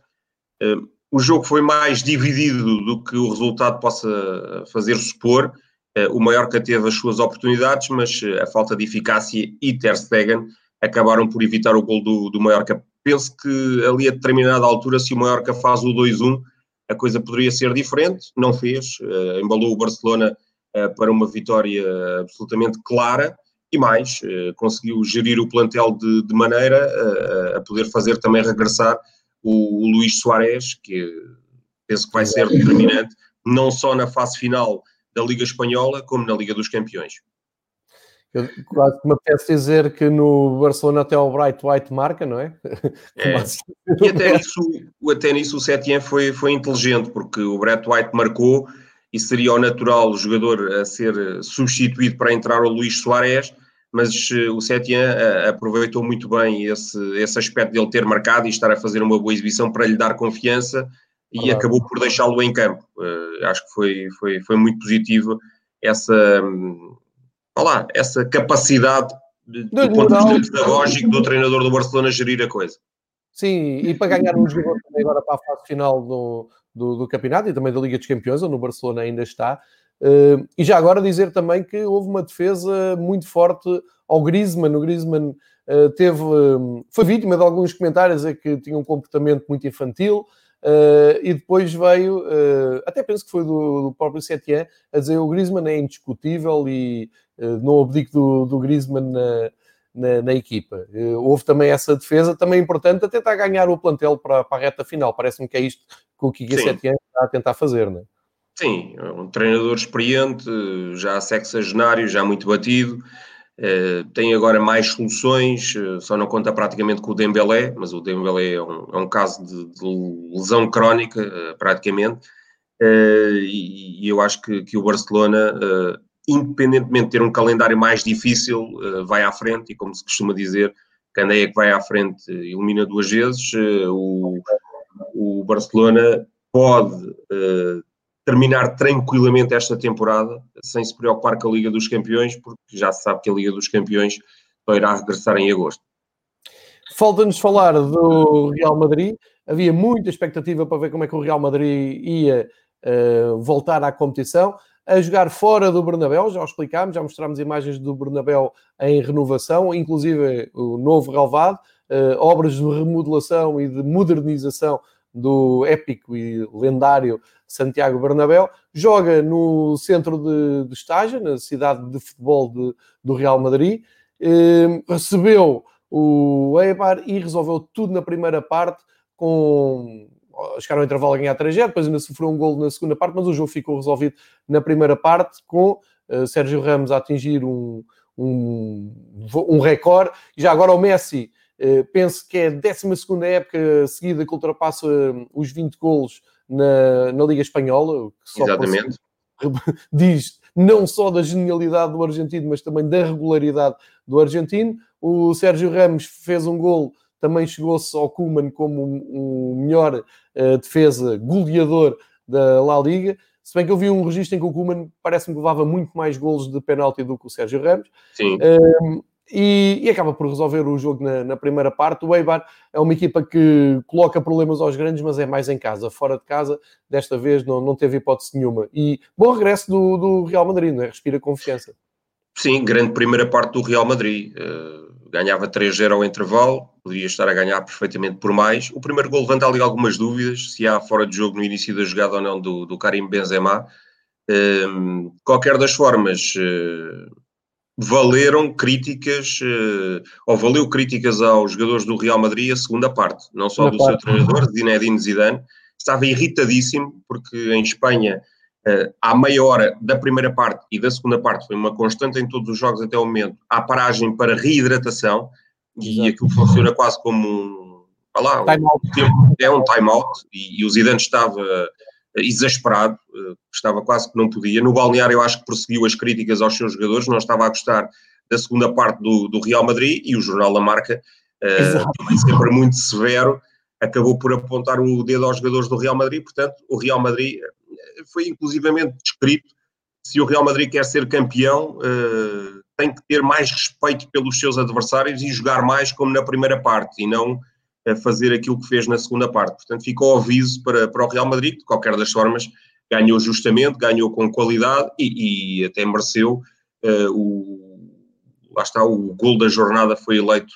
O jogo foi mais dividido do que o resultado possa fazer supor. O Mallorca teve as suas oportunidades, mas a falta de eficácia e Ter Stegen acabaram por evitar o gol do Mallorca. Penso que ali a determinada altura, se o Mallorca faz o 2-1, a coisa poderia ser diferente. Não fez, embalou o Barcelona para uma vitória absolutamente clara e mais, conseguiu gerir o plantel de maneira a poder fazer também regressar o Luís Suárez, que penso que vai ser determinante, não só na fase final da Liga Espanhola, como na Liga dos Campeões. Eu quase que me apetece dizer que no Barcelona até o Bright White marca, não é? E até nisso o Setien foi inteligente, porque o Bright White marcou e seria o natural jogador a ser substituído para entrar o Luís Suárez, mas o Setien aproveitou muito bem esse aspecto de ele ter marcado e estar a fazer uma boa exibição para lhe dar confiança e acabou por deixá-lo em campo. Acho que foi muito positivo essa capacidade do ponto de vista pedagógico do treinador do Barcelona gerir a coisa. Sim, e para ganhar um jogador também agora para a fase final do campeonato e também da Liga dos Campeões, onde o Barcelona ainda está. E já agora dizer também que houve uma defesa muito forte ao Griezmann. O Griezmann foi vítima de alguns comentários que tinha um comportamento muito infantil. E depois veio, até penso que foi do próprio Setien, a dizer que o Griezmann é indiscutível e não abdico do Griezmann na equipa. Houve também essa defesa, também importante, a tentar ganhar o plantel para a reta final. Parece-me que é isto que o Quique Setien está a tentar fazer, não é? Sim, um treinador experiente, já sexagenário, já muito batido. Tem agora mais soluções, só não conta praticamente com o Dembélé, mas o Dembélé é um caso de lesão crónica, praticamente, e eu acho que o Barcelona, independentemente de ter um calendário mais difícil, vai à frente, e como se costuma dizer, quem é que vai à frente elimina 2 vezes. O Barcelona pode terminar tranquilamente esta temporada, sem se preocupar com a Liga dos Campeões, porque já se sabe que a Liga dos Campeões só irá regressar em agosto. Falta-nos falar do Real Madrid. Havia muita expectativa para ver como é que o Real Madrid ia voltar à competição. A jogar fora do Bernabéu, já o explicámos, já mostrámos imagens do Bernabéu em renovação, inclusive o novo relvado, obras de remodelação e de modernização do épico e lendário Santiago Bernabéu. Joga no centro de estágio, na cidade de futebol do Real Madrid. Recebeu o Eibar e resolveu tudo na primeira parte chegaram ao intervalo a ganhar 3-0, depois ainda sofreu um golo na segunda parte, mas o jogo ficou resolvido na primeira parte com Sérgio Ramos a atingir um recorde. E já agora o Messi, penso que é a 12ª época seguida que ultrapassa os 20 golos na Liga Espanhola, que só exatamente diz não só da genialidade do argentino, mas também da regularidade do argentino. O Sérgio Ramos fez um golo também chegou-se ao Koeman como o melhor defesa goleador da La Liga, se bem que eu vi um registro em que o Koeman parece-me que levava muito mais golos de penalti do que o Sérgio Ramos. Sim. E acaba por resolver o jogo na primeira parte. O Eibar é uma equipa que coloca problemas aos grandes, mas é mais em casa. Fora de casa, desta vez, não teve hipótese nenhuma. E bom regresso do Real Madrid, não é? Respira confiança. Sim, grande primeira parte do Real Madrid. Ganhava 3-0 ao intervalo, poderia estar a ganhar perfeitamente por mais. O primeiro gol levanta ali algumas dúvidas, se há fora de jogo no início da jogada ou não do Karim Benzema. Qualquer das formas... valeram críticas, ou valeu críticas aos jogadores do Real Madrid a segunda parte, não só do seu treinador, Zinedine Zidane, estava irritadíssimo, porque em Espanha, à meia hora da primeira parte e da segunda parte, foi uma constante em todos os jogos até o momento, há paragem para reidratação, e aquilo funciona quase como um time-out, e o Zidane estava exasperado, estava quase que não podia. No balneário eu acho que prosseguiu as críticas aos seus jogadores, não estava a gostar da segunda parte do Real Madrid, e o jornal da Marca, sempre muito severo, acabou por apontar o dedo aos jogadores do Real Madrid. Portanto, o Real Madrid foi inclusivamente descrito, se o Real Madrid quer ser campeão, tem que ter mais respeito pelos seus adversários e jogar mais como na primeira parte, e não fazer aquilo que fez na segunda parte. Portanto, ficou ao aviso para o Real Madrid, que de qualquer das formas ganhou justamente, ganhou com qualidade e até mereceu. Lá está, o gol da jornada foi eleito,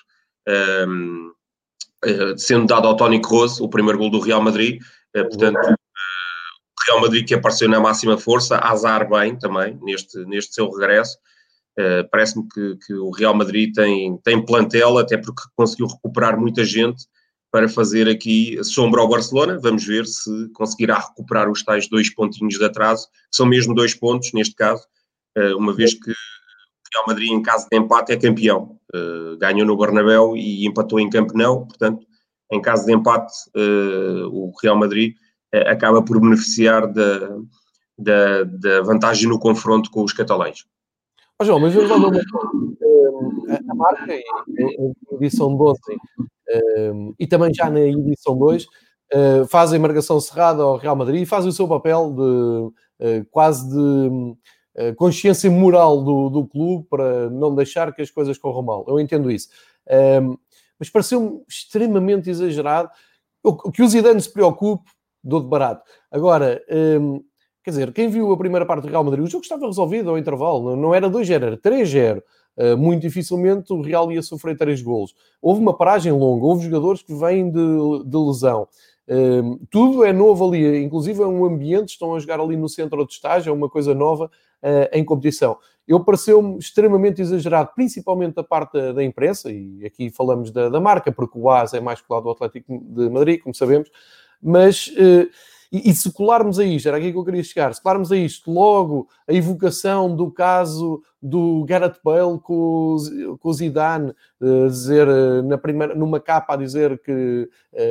sendo dado ao Toni Kroos, o primeiro gol do Real Madrid. Portanto, o Real Madrid que apareceu na máxima força, azar bem também, neste seu regresso. Parece-me que o Real Madrid tem plantel, até porque conseguiu recuperar muita gente para fazer aqui sombra ao Barcelona. Vamos ver se conseguirá recuperar os tais 2 pontinhos de atraso, que são mesmo 2 pontos neste caso, uma vez que o Real Madrid em caso de empate é campeão. Ganhou no Bernabéu e empatou em Camp Nou, portanto, em caso de empate, o Real Madrid acaba por beneficiar da vantagem no confronto com os catalães. João, mas vamos lá ver uma coisa. A Marca, a edição 12, e também já na edição 2, fazem marcação cerrada ao Real Madrid e fazem o seu papel de quase de consciência moral do clube para não deixar que as coisas corram mal. Eu entendo isso. Mas pareceu-me extremamente exagerado. Que o Zidane se preocupe, dou de barato. Agora... quer dizer, quem viu a primeira parte do Real Madrid, o jogo estava resolvido ao intervalo, não era 2-0, era 3-0. Muito dificilmente o Real ia sofrer 3 golos. Houve uma paragem longa, houve jogadores que vêm de lesão. Tudo é novo ali, inclusive é um ambiente, estão a jogar ali no centro de estágio, é uma coisa nova em competição. Pareceu-me extremamente exagerado, principalmente da parte da imprensa, e aqui falamos da Marca, porque o AS é mais colado do Atlético de Madrid, como sabemos, mas... E se colarmos a isto, era aqui que eu queria chegar, se colarmos a isto logo a evocação do caso do Gareth Bale com o Zidane, dizer, numa capa a dizer que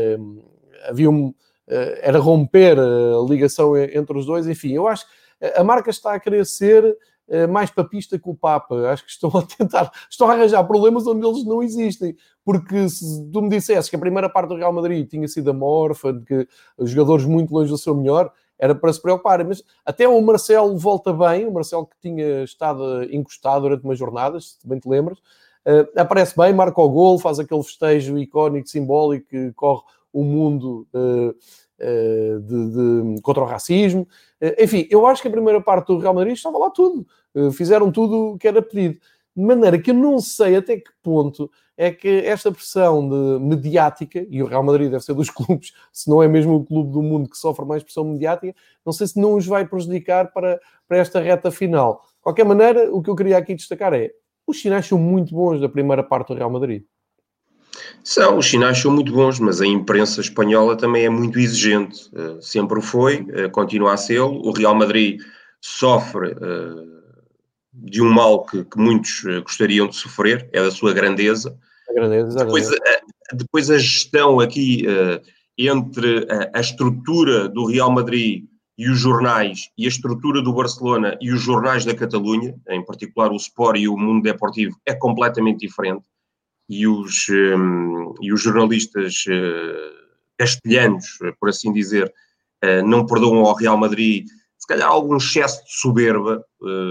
era romper a ligação entre os dois, enfim, eu acho que a Marca está a querer ser mais papista que o Papa. Acho que estão a arranjar problemas onde eles não existem. Porque se tu me dissesses que a primeira parte do Real Madrid tinha sido amorfa, de que os jogadores muito longe do seu melhor, era para se preocuparem. Mas até o Marcelo volta bem, o Marcelo que tinha estado encostado durante umas jornadas, se bem te lembras, aparece bem, marca o gol, faz aquele festejo icónico, simbólico, que corre o mundo contra o racismo. Enfim, eu acho que a primeira parte do Real Madrid estava lá tudo. Fizeram tudo o que era pedido. De maneira que eu não sei até que ponto é que esta pressão mediática, e o Real Madrid deve ser dos clubes, se não é mesmo o clube do mundo que sofre mais pressão mediática, não sei se não os vai prejudicar para esta reta final. De qualquer maneira, o que eu queria aqui destacar é os sinais são muito bons da primeira parte do Real Madrid. Os sinais são muito bons, mas a imprensa espanhola também é muito exigente. Sempre o foi, continua a ser. O Real Madrid sofre de um mal que muitos gostariam de sofrer, é da sua grandeza. Depois a gestão aqui entre a estrutura do Real Madrid e os jornais, e a estrutura do Barcelona e os jornais da Catalunha, em particular o Sport e o Mundo Deportivo, é completamente diferente. e os jornalistas castelhanos, por assim dizer, não perdoam ao Real Madrid, se calhar algum excesso de soberba.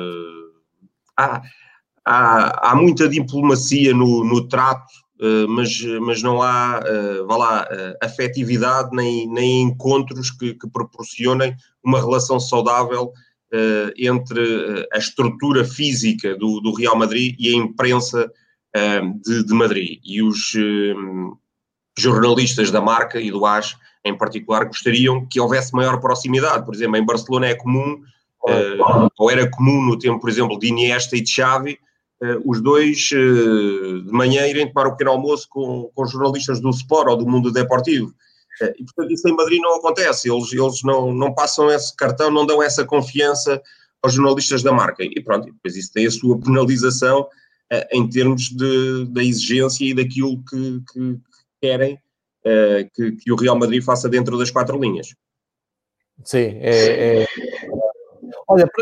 Há muita diplomacia no trato, mas não há, afetividade nem encontros que proporcionem uma relação saudável entre a estrutura física do Real Madrid e a imprensa de Madrid. E os jornalistas da Marca e do AS, em particular, gostariam que houvesse maior proximidade. Por exemplo, em Barcelona é comum, ou era comum no tempo, por exemplo, de Iniesta e de Xavi, os dois de manhã irem tomar o pequeno almoço com jornalistas do Sport ou do Mundo Deportivo. E, portanto, isso em Madrid não acontece. Eles não passam esse cartão, não dão essa confiança aos jornalistas da Marca. E pronto, depois isso tem a sua penalização em termos da exigência e daquilo que querem que o Real Madrid faça dentro das 4 linhas. Sim, Olha,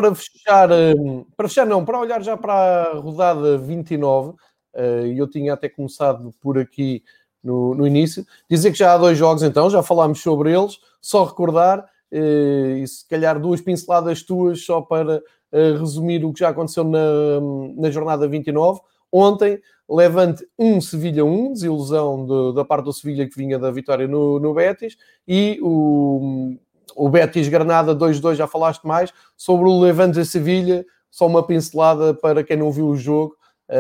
para olhar já para a rodada 29, eu tinha até começado por aqui no início, dizer que já há 2 jogos então, já falámos sobre eles, só recordar, e se calhar 2 pinceladas tuas só para resumir o que já aconteceu na jornada 29. Ontem, Levante 1, Sevilha 1, desilusão da parte do Sevilha que vinha da vitória no Betis, e o Betis Granada 2-2, já falaste mais. Sobre o Levante e Sevilha, só uma pincelada para quem não viu o jogo.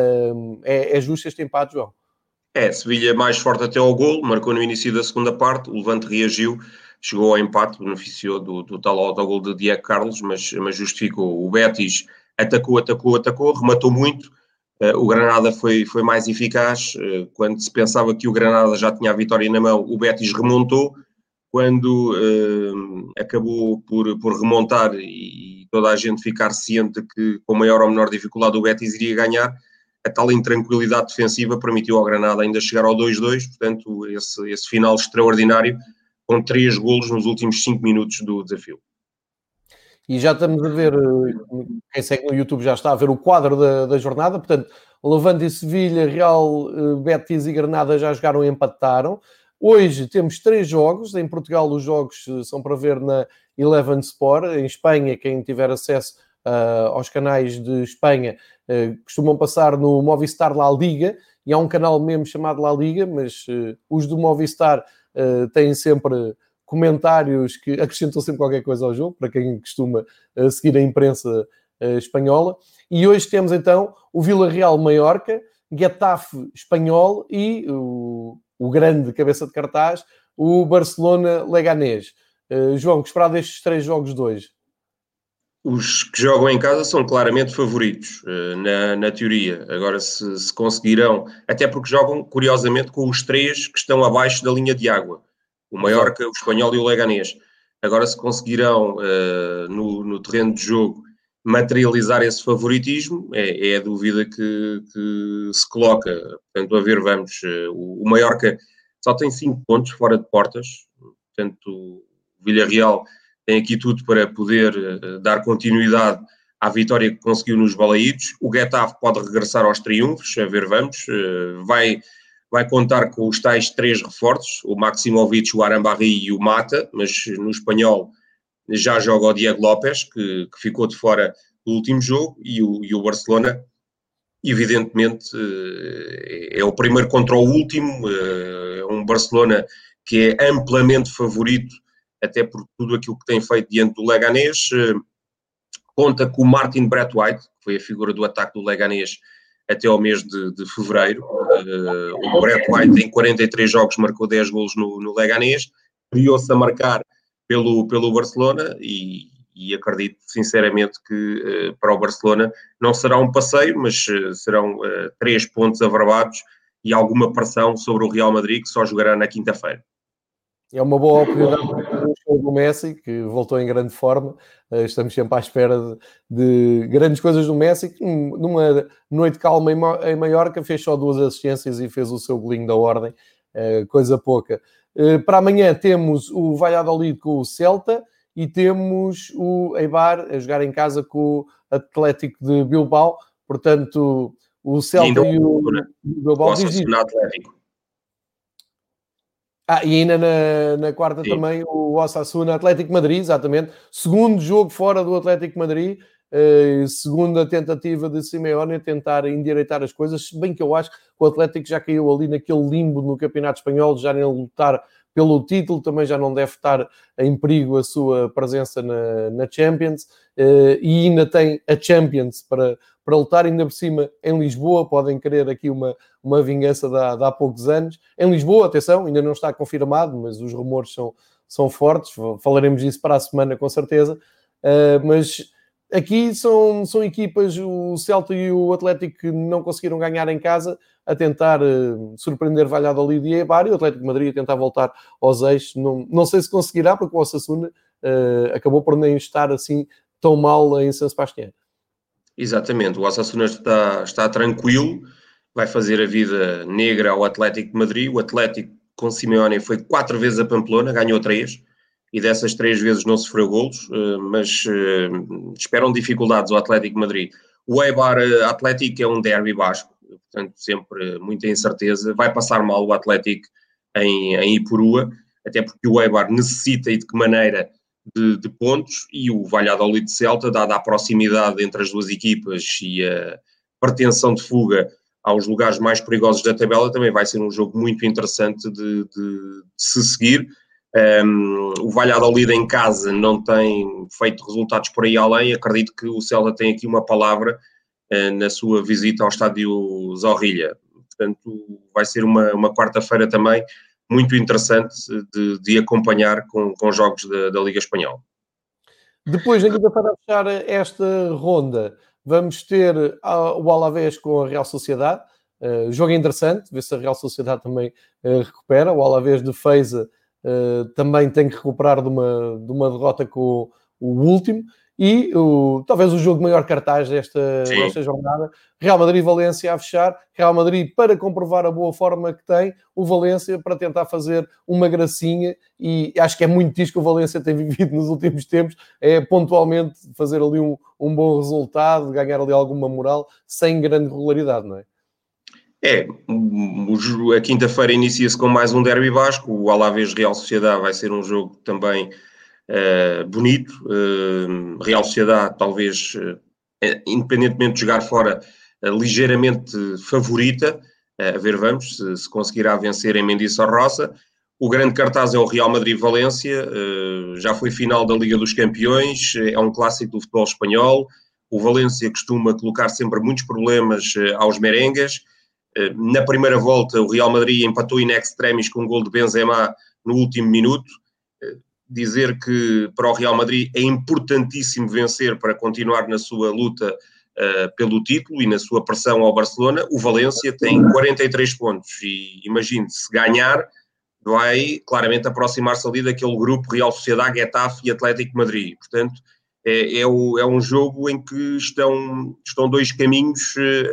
É justo este empate, João? Sevilha mais forte até ao golo, marcou no início da segunda parte, o Levante reagiu, chegou ao empate, beneficiou do tal autogol de Diego Carlos, mas justificou. O Betis atacou, rematou muito. O Granada foi mais eficaz. Quando se pensava que o Granada já tinha a vitória na mão, o Betis remontou. Quando acabou por remontar e toda a gente ficar ciente que com maior ou menor dificuldade o Betis iria ganhar, a tal intranquilidade defensiva permitiu ao Granada ainda chegar ao 2-2, portanto esse final extraordinário com 3 golos nos últimos 5 minutos do desafio. E já estamos a ver, quem segue no YouTube já está a ver o quadro da jornada, portanto, Levante e Sevilha, Real, Betis e Granada já jogaram e empataram. Hoje temos 3 jogos, em Portugal os jogos são para ver na Eleven Sport, em Espanha, quem tiver acesso aos canais de Espanha costumam passar no Movistar La Liga, e há um canal mesmo chamado La Liga, mas os do Movistar têm sempre comentários que acrescentam sempre qualquer coisa ao jogo, para quem costuma seguir a imprensa espanhola. E hoje temos então o Villarreal-Maiorca, Getafe Espanhol e o grande cabeça de cartaz, o Barcelona-Leganés. João, que esperar destes 3 jogos de hoje? Os que jogam em casa são claramente favoritos, na teoria. Agora, se conseguirão, até porque jogam, curiosamente, com os 3 que estão abaixo da linha de água. O Mallorca, o Espanhol e o Leganés. Agora, se conseguirão, no terreno de jogo, materializar esse favoritismo, é a dúvida que se coloca. Portanto, a ver, vamos. O Mallorca só tem 5 pontos fora de portas. Portanto, o Villarreal tem aqui tudo para poder dar continuidade à vitória que conseguiu nos Balaídos. O Getafe pode regressar aos triunfos, a ver, vamos. Vai contar com os tais 3 reforços, o Maximovic, o Arambarri e o Mata, mas no Espanhol já joga o Diego López, que ficou de fora do último jogo, e o Barcelona, evidentemente, é o primeiro contra o último, é um Barcelona que é amplamente favorito, até por tudo aquilo que tem feito diante do Leganés. Conta com o Martin Braithwaite, que foi a figura do ataque do Leganés até ao mês de fevereiro. O Braithwaite, em 43 jogos, marcou 10 golos no Leganés, criou-se a marcar pelo Barcelona e acredito sinceramente que para o Barcelona não será um passeio, mas serão 3 pontos averbados e alguma pressão sobre o Real Madrid, que só jogará na quinta-feira. É uma boa oportunidade para o show do Messi, que voltou em grande forma. Estamos sempre à espera de grandes coisas do Messi, que numa noite calma em Maiorca fez só 2 assistências e fez o seu golinho da ordem, coisa pouca. Para amanhã temos o Valladolid com o Celta e temos o Eibar a jogar em casa com o Atlético de Bilbao. Portanto, o Celta e o Bilbao. O Osasuna Atlético. E ainda na quarta Sim. também o Osasuna Atlético Madrid, exatamente. Segundo jogo fora do Atlético Madrid, segunda tentativa de Simeone a tentar endireitar as coisas, se bem que eu acho que o Atlético já caiu ali naquele limbo no Campeonato Espanhol, já nem lutar pelo título, também já não deve estar em perigo a sua presença na Champions, e ainda tem a Champions para lutar, ainda por cima em Lisboa, podem querer aqui uma vingança de há poucos anos. Em Lisboa, atenção, ainda não está confirmado, mas os rumores são fortes, falaremos disso para a semana com certeza, mas aqui são equipas, o Celta e o Atlético, que não conseguiram ganhar em casa, a tentar surpreender Valladolid e Eibar, e o Atlético de Madrid a tentar voltar aos eixos. Não sei se conseguirá, porque o Osasuna acabou por nem estar assim tão mal em San Sebastián. Exatamente, o Osasuna está tranquilo, vai fazer a vida negra ao Atlético de Madrid. O Atlético com Simeone foi 4 vezes a Pamplona, ganhou 3, e dessas 3 vezes não sofreu golos, mas esperam dificuldades ao Atlético de Madrid. O Eibar Atlético é um derby basco, portanto sempre muita incerteza. Vai passar mal o Atlético em Ipurúa, até porque o Eibar necessita, e de que maneira, de pontos, e o Valladolid de Celta, dada a proximidade entre as duas equipas e a pretensão de fuga aos lugares mais perigosos da tabela, também vai ser um jogo muito interessante de se seguir. O Valladolid em casa não tem feito resultados por aí além. Acredito que o Celta tem aqui uma palavra na sua visita ao estádio Zorrilla. Portanto, vai ser uma quarta-feira também muito interessante de acompanhar com jogos da Liga Espanhola. Depois, ainda para fechar esta ronda, vamos ter o Alavés com a Real Sociedade. Jogo interessante, ver se a Real Sociedade também recupera. O Alavés de Feiza também tem que recuperar de uma derrota com o último. E talvez o jogo de maior cartaz desta jornada, Real Madrid-Valência a fechar. Real Madrid para comprovar a boa forma que tem, o Valência para tentar fazer uma gracinha, e acho que é muito disso que o Valência tem vivido nos últimos tempos, é pontualmente fazer ali um bom resultado, ganhar ali alguma moral, sem grande regularidade, não é? A quinta-feira inicia-se com mais um derby basco. O Alavés Real Sociedade vai ser um jogo também bonito. Real Sociedade, talvez, independentemente de jogar fora, ligeiramente favorita. A ver, vamos, se conseguirá vencer em Mendizorroza. O grande cartaz é o Real Madrid-Valência. Já foi final da Liga dos Campeões, é um clássico do futebol espanhol. O Valência costuma colocar sempre muitos problemas aos merengues. Na primeira volta, o Real Madrid empatou in extremis com um gol de Benzema no último minuto. Dizer que para o Real Madrid é importantíssimo vencer para continuar na sua luta pelo título e na sua pressão ao Barcelona. O Valência tem 43 pontos e, imagine, se ganhar, vai claramente aproximar-se ali daquele grupo Real Sociedade, Getafe e Atlético de Madrid. Portanto, é um jogo em que estão dois caminhos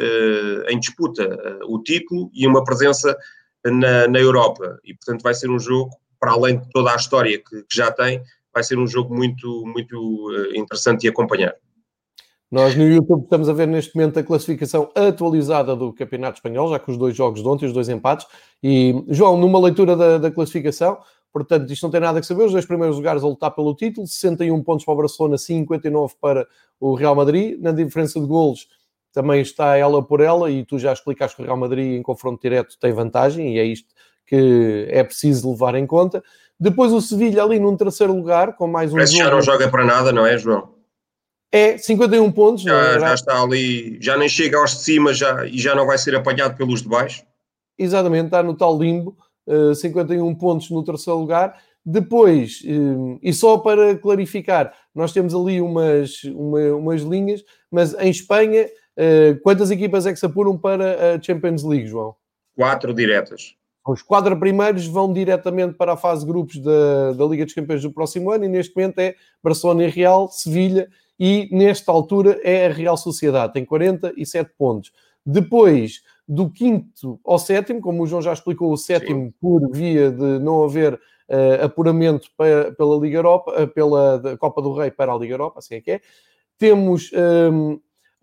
em disputa, o título e uma presença na Europa. E, portanto, vai ser um jogo, para além de toda a história que já tem, vai ser um jogo muito, muito interessante de acompanhar. Nós no YouTube estamos a ver neste momento a classificação atualizada do Campeonato Espanhol, já com os 2 jogos de ontem, os 2 empates. E, João, numa leitura da classificação, portanto, isto não tem nada a saber, os 2 primeiros lugares a lutar pelo título, 61 pontos para o Barcelona, 59 para o Real Madrid. Na diferença de golos também está ela por ela, e tu já explicaste que o Real Madrid em confronto direto tem vantagem, e é isto que é preciso levar em conta. Depois o Sevilha ali num terceiro lugar, com mais um Parece jogo... já não joga para nada, não é, João? É, 51 pontos. Já está ali, já nem chega aos de cima e já não vai ser apanhado pelos de baixo. Exatamente, está no tal limbo, 51 pontos no terceiro lugar. Depois, e só para clarificar, nós temos ali umas linhas, mas em Espanha, quantas equipas é que se apuram para a Champions League, João? 4 diretas. Os 4 primeiros vão diretamente para a fase de grupos da Liga dos Campeões do próximo ano, e neste momento é Barcelona e Real, Sevilha, e nesta altura é a Real Sociedade, tem 47 pontos. Depois, do 5º ao 7º, como o João já explicou, o 7º por via de não haver apuramento pela Liga Europa, pela Copa do Rei para a Liga Europa, assim é que é. Temos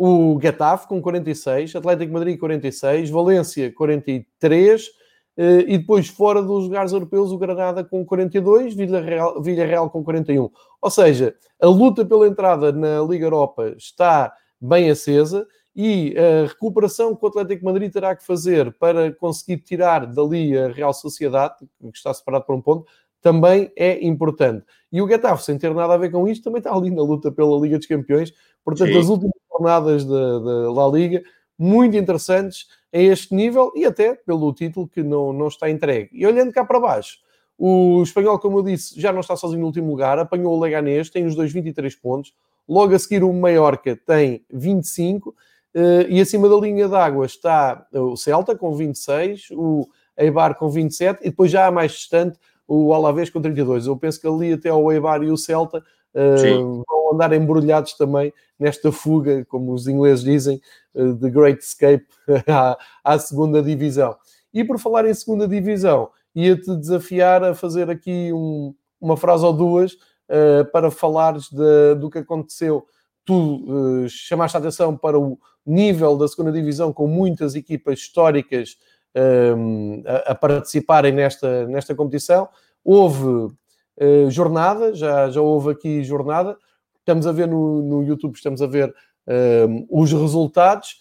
o Getafe com 46, Atlético Madrid 46, Valência 43, e depois fora dos lugares europeus o Granada com 42, Villarreal com 41. Ou seja, a luta pela entrada na Liga Europa está bem acesa e a recuperação que o Atlético Madrid terá que fazer para conseguir tirar dali a Real Sociedade, que está separado por um ponto, também é importante. E o Getafe, sem ter nada a ver com isto, também está ali na luta pela Liga dos Campeões. Portanto, as últimas jornadas da La Liga, muito interessantes a este nível e até pelo título que não está entregue. E olhando cá para baixo, o Espanhol, como eu disse, já não está sozinho no último lugar, apanhou o Leganés, tem os dois 23 pontos. Logo a seguir o Mallorca tem 25, e acima da linha d'água está o Celta com 26, o Eibar com 27 e depois já mais distante o Alavés com 32. Eu penso que ali até o Eibar e o Celta vão andar embrulhados também nesta fuga, como os ingleses dizem, The Great Escape à segunda divisão. E por falar em segunda divisão, ia-te desafiar a fazer aqui uma frase ou duas para falares do que aconteceu. Tu chamaste a atenção para o nível da segunda divisão com muitas equipas históricas a participarem nesta competição. Houve jornada, já houve aqui jornada. Estamos a ver no YouTube, estamos a ver os resultados.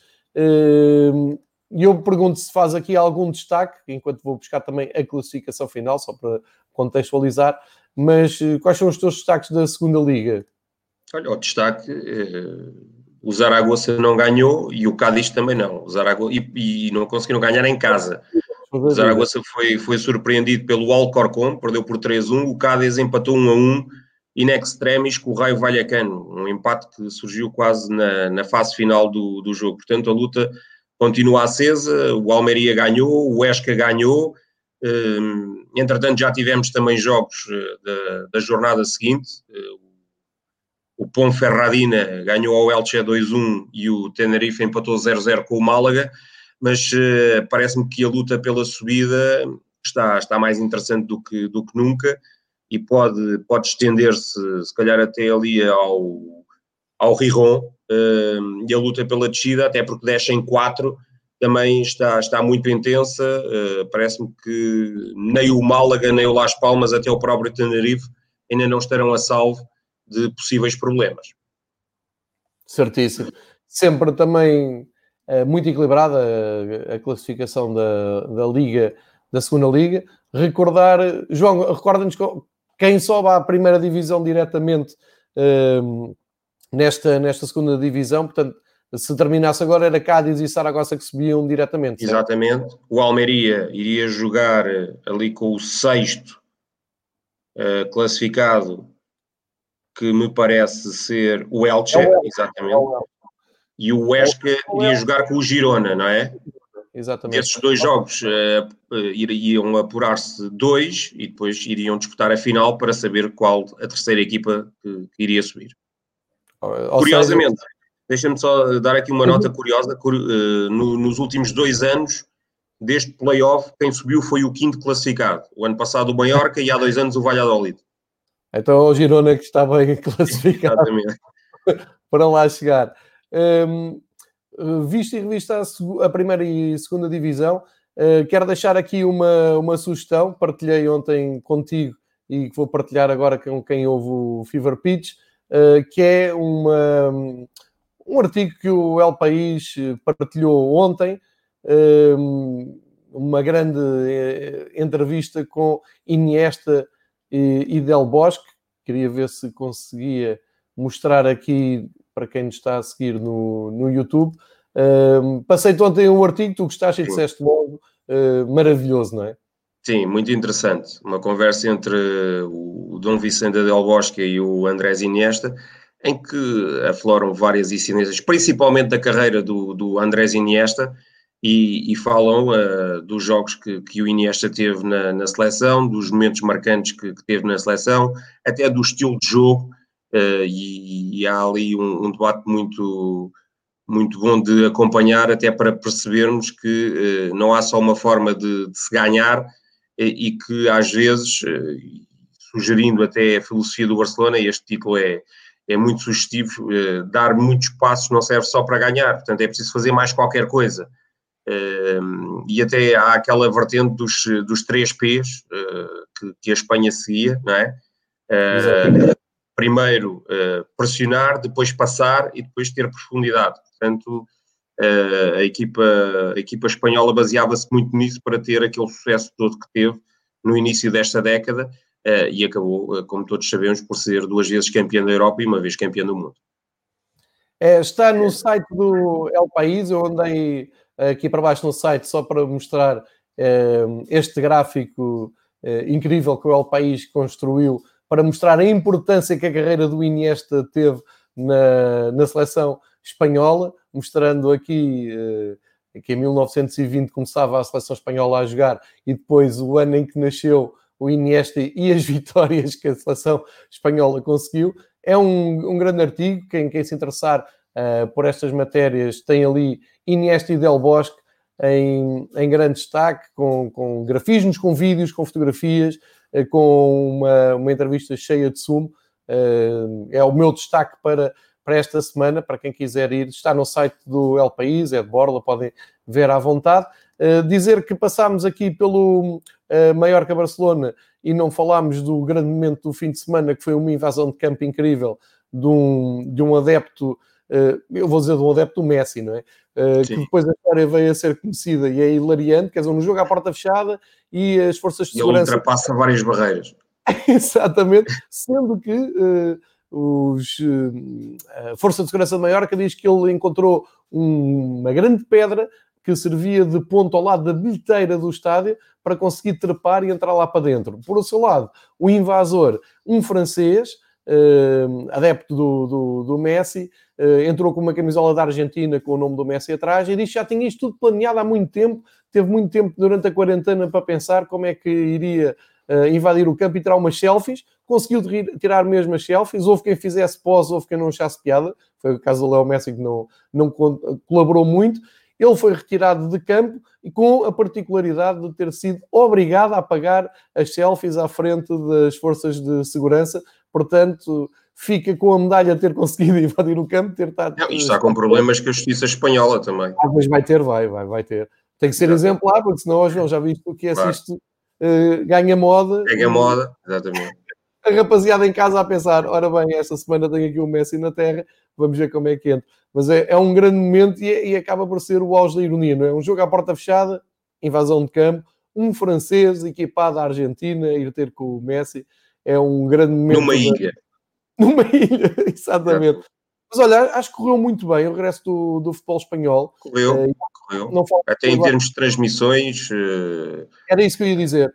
E eu pergunto se faz aqui algum destaque, enquanto vou buscar também a classificação final, só para contextualizar. Mas quais são os teus destaques da segunda liga? Olha, o destaque, o Zaragoza não ganhou e o Cádiz também não. E não conseguiram ganhar em casa. O Zaragoza foi surpreendido pelo Alcorcón, perdeu por 3-1. O Cádiz empatou 1-1 in extremis com o Raio Vallecano. Um empate que surgiu quase na fase final do jogo. Portanto, a luta continua acesa. O Almeria ganhou, o Huesca ganhou. Entretanto, já tivemos também jogos da jornada seguinte. O Ponferradina ganhou ao Elche 2-1 e o Tenerife empatou 0-0 com o Málaga, mas parece-me que a luta pela subida está mais interessante do que nunca e pode estender-se, se calhar, até ali ao Gijón, e a luta pela descida, até porque descem 4, também está muito intensa. Parece-me que nem o Málaga, nem o Las Palmas, até o próprio Tenerife, ainda não estarão a salvo de possíveis problemas. Certíssimo. Sempre também muito equilibrada a classificação da Liga, da segunda Liga. Recordar, João, recorda-nos quem sobe à primeira divisão diretamente nesta segunda divisão. Portanto, se terminasse agora, era Cádiz e Saragossa que subiam diretamente. Exatamente. Certo? O Almeria iria jogar ali com o sexto classificado, que me parece ser o Elche, exatamente. E o Huesca iria jogar com o Girona, não é? Exatamente. Desses dois jogos iriam apurar-se 2 e depois iriam disputar a final para saber qual a terceira equipa que iria subir. Curiosamente, deixa-me só dar aqui uma nota curiosa. Nos últimos 2 anos deste play-off, quem subiu foi o quinto classificado. O ano passado o Mallorca e há 2 anos o Valladolid. Então é o Girona que está bem classificado para lá chegar. Visto e revista a primeira e segunda divisão, quero deixar aqui uma sugestão. Partilhei ontem contigo e que vou partilhar agora com quem ouve o Fever Pitch, que é um artigo que o El País partilhou ontem, uma grande entrevista com Iniesta e Del Bosque. Queria ver se conseguia mostrar aqui para quem nos está a seguir no YouTube. Passei-te ontem um artigo, tu gostaste e disseste logo, maravilhoso, não é? Sim, muito interessante. Uma conversa entre o Dom Vicente Del Bosque e o Andrés Iniesta, em que afloram várias incidências, principalmente da carreira do Andrés Iniesta, e falam dos jogos que o Iniesta teve na seleção, dos momentos marcantes que teve na seleção, até do estilo de jogo, e há ali um debate muito, muito bom de acompanhar, até para percebermos que não há só uma forma de se ganhar, e que às vezes, sugerindo até a filosofia do Barcelona, este título é é muito sugestivo, dar muitos passos não serve só para ganhar, portanto é preciso fazer mais qualquer coisa. E até há aquela vertente dos 3 Ps que a Espanha seguia, não é? Primeiro pressionar, depois passar e depois ter profundidade. Portanto, a equipa espanhola baseava-se muito nisso para ter aquele sucesso todo que teve no início desta década e acabou, como todos sabemos, por ser 2 vezes campeã da Europa e 1 vez campeã do mundo. Está no site do El País, eu andei aqui para baixo no site só para mostrar este gráfico incrível que o El País construiu para mostrar a importância que a carreira do Iniesta teve na seleção espanhola, mostrando aqui que em 1920 começava a seleção espanhola a jogar e depois o ano em que nasceu o Iniesta e as vitórias que a seleção espanhola conseguiu. É um grande artigo, quem se interessar por estas matérias tem ali Iniesta e Del Bosque em grande destaque, com grafismos, com vídeos, com fotografias, com uma entrevista cheia de sumo. É o meu destaque para esta semana, para quem quiser ir, está no site do El País, é de borla, podem ver à vontade. Dizer que passámos aqui pelo Mallorca-Barcelona e não falámos do grande momento do fim de semana, que foi uma invasão de campo incrível de um adepto, eu vou dizer de um adepto do Messi, não é? Que depois a história veio a ser conhecida e é hilariante, quer dizer, um jogo à porta fechada e as forças de segurança... Ele ultrapassa várias barreiras. Exatamente, sendo que a Força de Segurança de Maiorca diz que ele encontrou uma grande pedra que servia de ponto ao lado da bilheteira do estádio para conseguir trepar e entrar lá para dentro. Por o seu lado, o invasor, um francês, adepto do Messi, entrou com uma camisola da Argentina com o nome do Messi atrás e disse que já tinha isto tudo planeado há muito tempo, teve muito tempo durante a quarentena para pensar como é que iria invadir o campo e tirar umas selfies, conseguiu tirar mesmo as selfies, houve quem fizesse pose, houve quem não achasse piada, foi o caso do Leo Messi que não colaborou muito. Ele foi retirado de campo e com a particularidade de ter sido obrigado a apagar as selfies à frente das forças de segurança. Portanto, fica com a medalha de ter conseguido invadir o campo, ter estado... Não, isto está com problemas com a justiça espanhola também. Mas vai ter. Tem que ser exemplar, porque senão, João, já viste o que é, claro. Se isto ganha moda. Ganha moda, exatamente. A rapaziada em casa a pensar, ora bem, esta semana tenho aqui o Messi na terra, vamos ver como é que entra. Mas é um grande momento e acaba por ser o auge da ironia, não é? Um jogo à porta fechada, invasão de campo, um francês equipado à Argentina, ir ter com o Messi, é um grande momento. Numa ilha. Numa ilha, exatamente. É. Mas olha, acho que correu muito bem o regresso do futebol espanhol. Correu. Até em termos de transmissões. Era isso que eu ia dizer.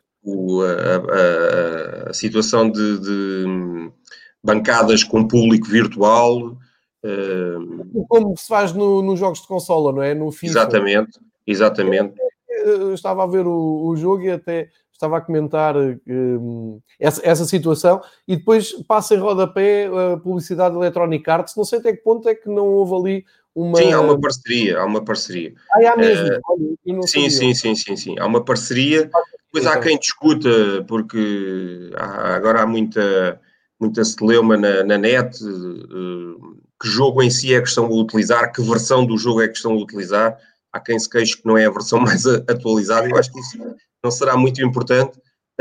A situação de bancadas com público virtual. Como se faz nos jogos de consola, não é? No FIFA. Exatamente. Eu estava a ver o jogo e até estava a comentar essa situação e depois passa em rodapé a publicidade de Electronic Arts. Não sei até que ponto é que não houve ali uma... Sim, há uma parceria. Há mesmo? Sim. Há uma parceria. Depois há quem discuta, porque agora há muita celeuma na net, que jogo em si é que estão a utilizar, que versão do jogo é que estão a utilizar. Há quem se queixe que não é a versão mais atualizada. Eu acho que isso não será muito importante.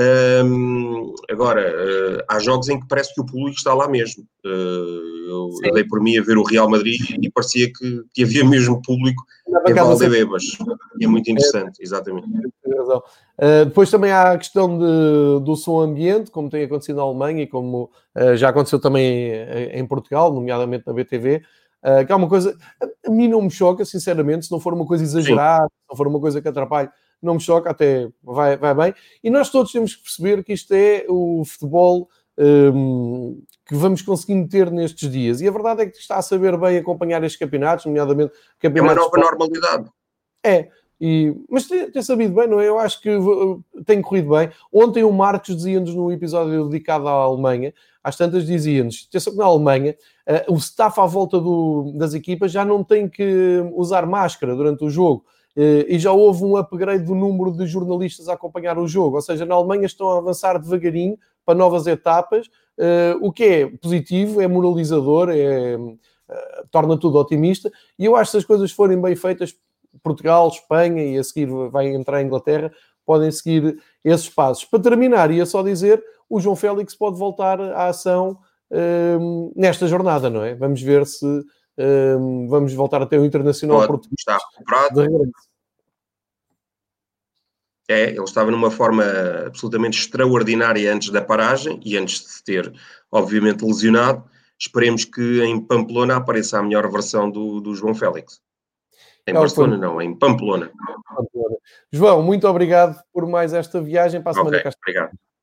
Agora, há jogos em que parece que o público está lá mesmo. Eu dei por mim a ver o Real Madrid e parecia que havia mesmo público em Valdebebas. E é muito interessante, exatamente. Depois também há a questão do som ambiente, como tem acontecido na Alemanha e como já aconteceu também em Portugal, nomeadamente na BTV, que é uma coisa, a mim não me choca, sinceramente, se não for uma coisa exagerada, se não for uma coisa que atrapalhe, não me choca, até vai bem. E nós todos temos que perceber que isto é o futebol que vamos conseguindo ter nestes dias. E a verdade é que está a saber bem acompanhar estes campeonatos, nomeadamente campeonatos... É uma nova normalidade. Mas tem sabido bem, não é? Eu acho que tem corrido bem. Ontem o Marcos dizia-nos num episódio dedicado à Alemanha, às tantas dizia-nos, atenção que na Alemanha o staff à volta das equipas já não tem que usar máscara durante o jogo. E já houve um upgrade do número de jornalistas a acompanhar o jogo. Ou seja, na Alemanha estão a avançar devagarinho para novas etapas. o que é positivo, é moralizador, torna tudo otimista, e eu acho que se as coisas forem bem feitas, Portugal, Espanha e a seguir vai entrar a Inglaterra, podem seguir esses passos. Para terminar, ia só dizer, o João Félix pode voltar à ação nesta jornada, não é? Vamos ver se vamos voltar a ter um internacional português está recuperado. de regresso. Ele estava numa forma absolutamente extraordinária antes da paragem e antes de se ter, obviamente, lesionado. Esperemos que em Pamplona apareça a melhor versão do João Félix. Em Barcelona, não, em Pamplona. João, muito obrigado por mais esta viagem. Para a semana cá. Obrigado.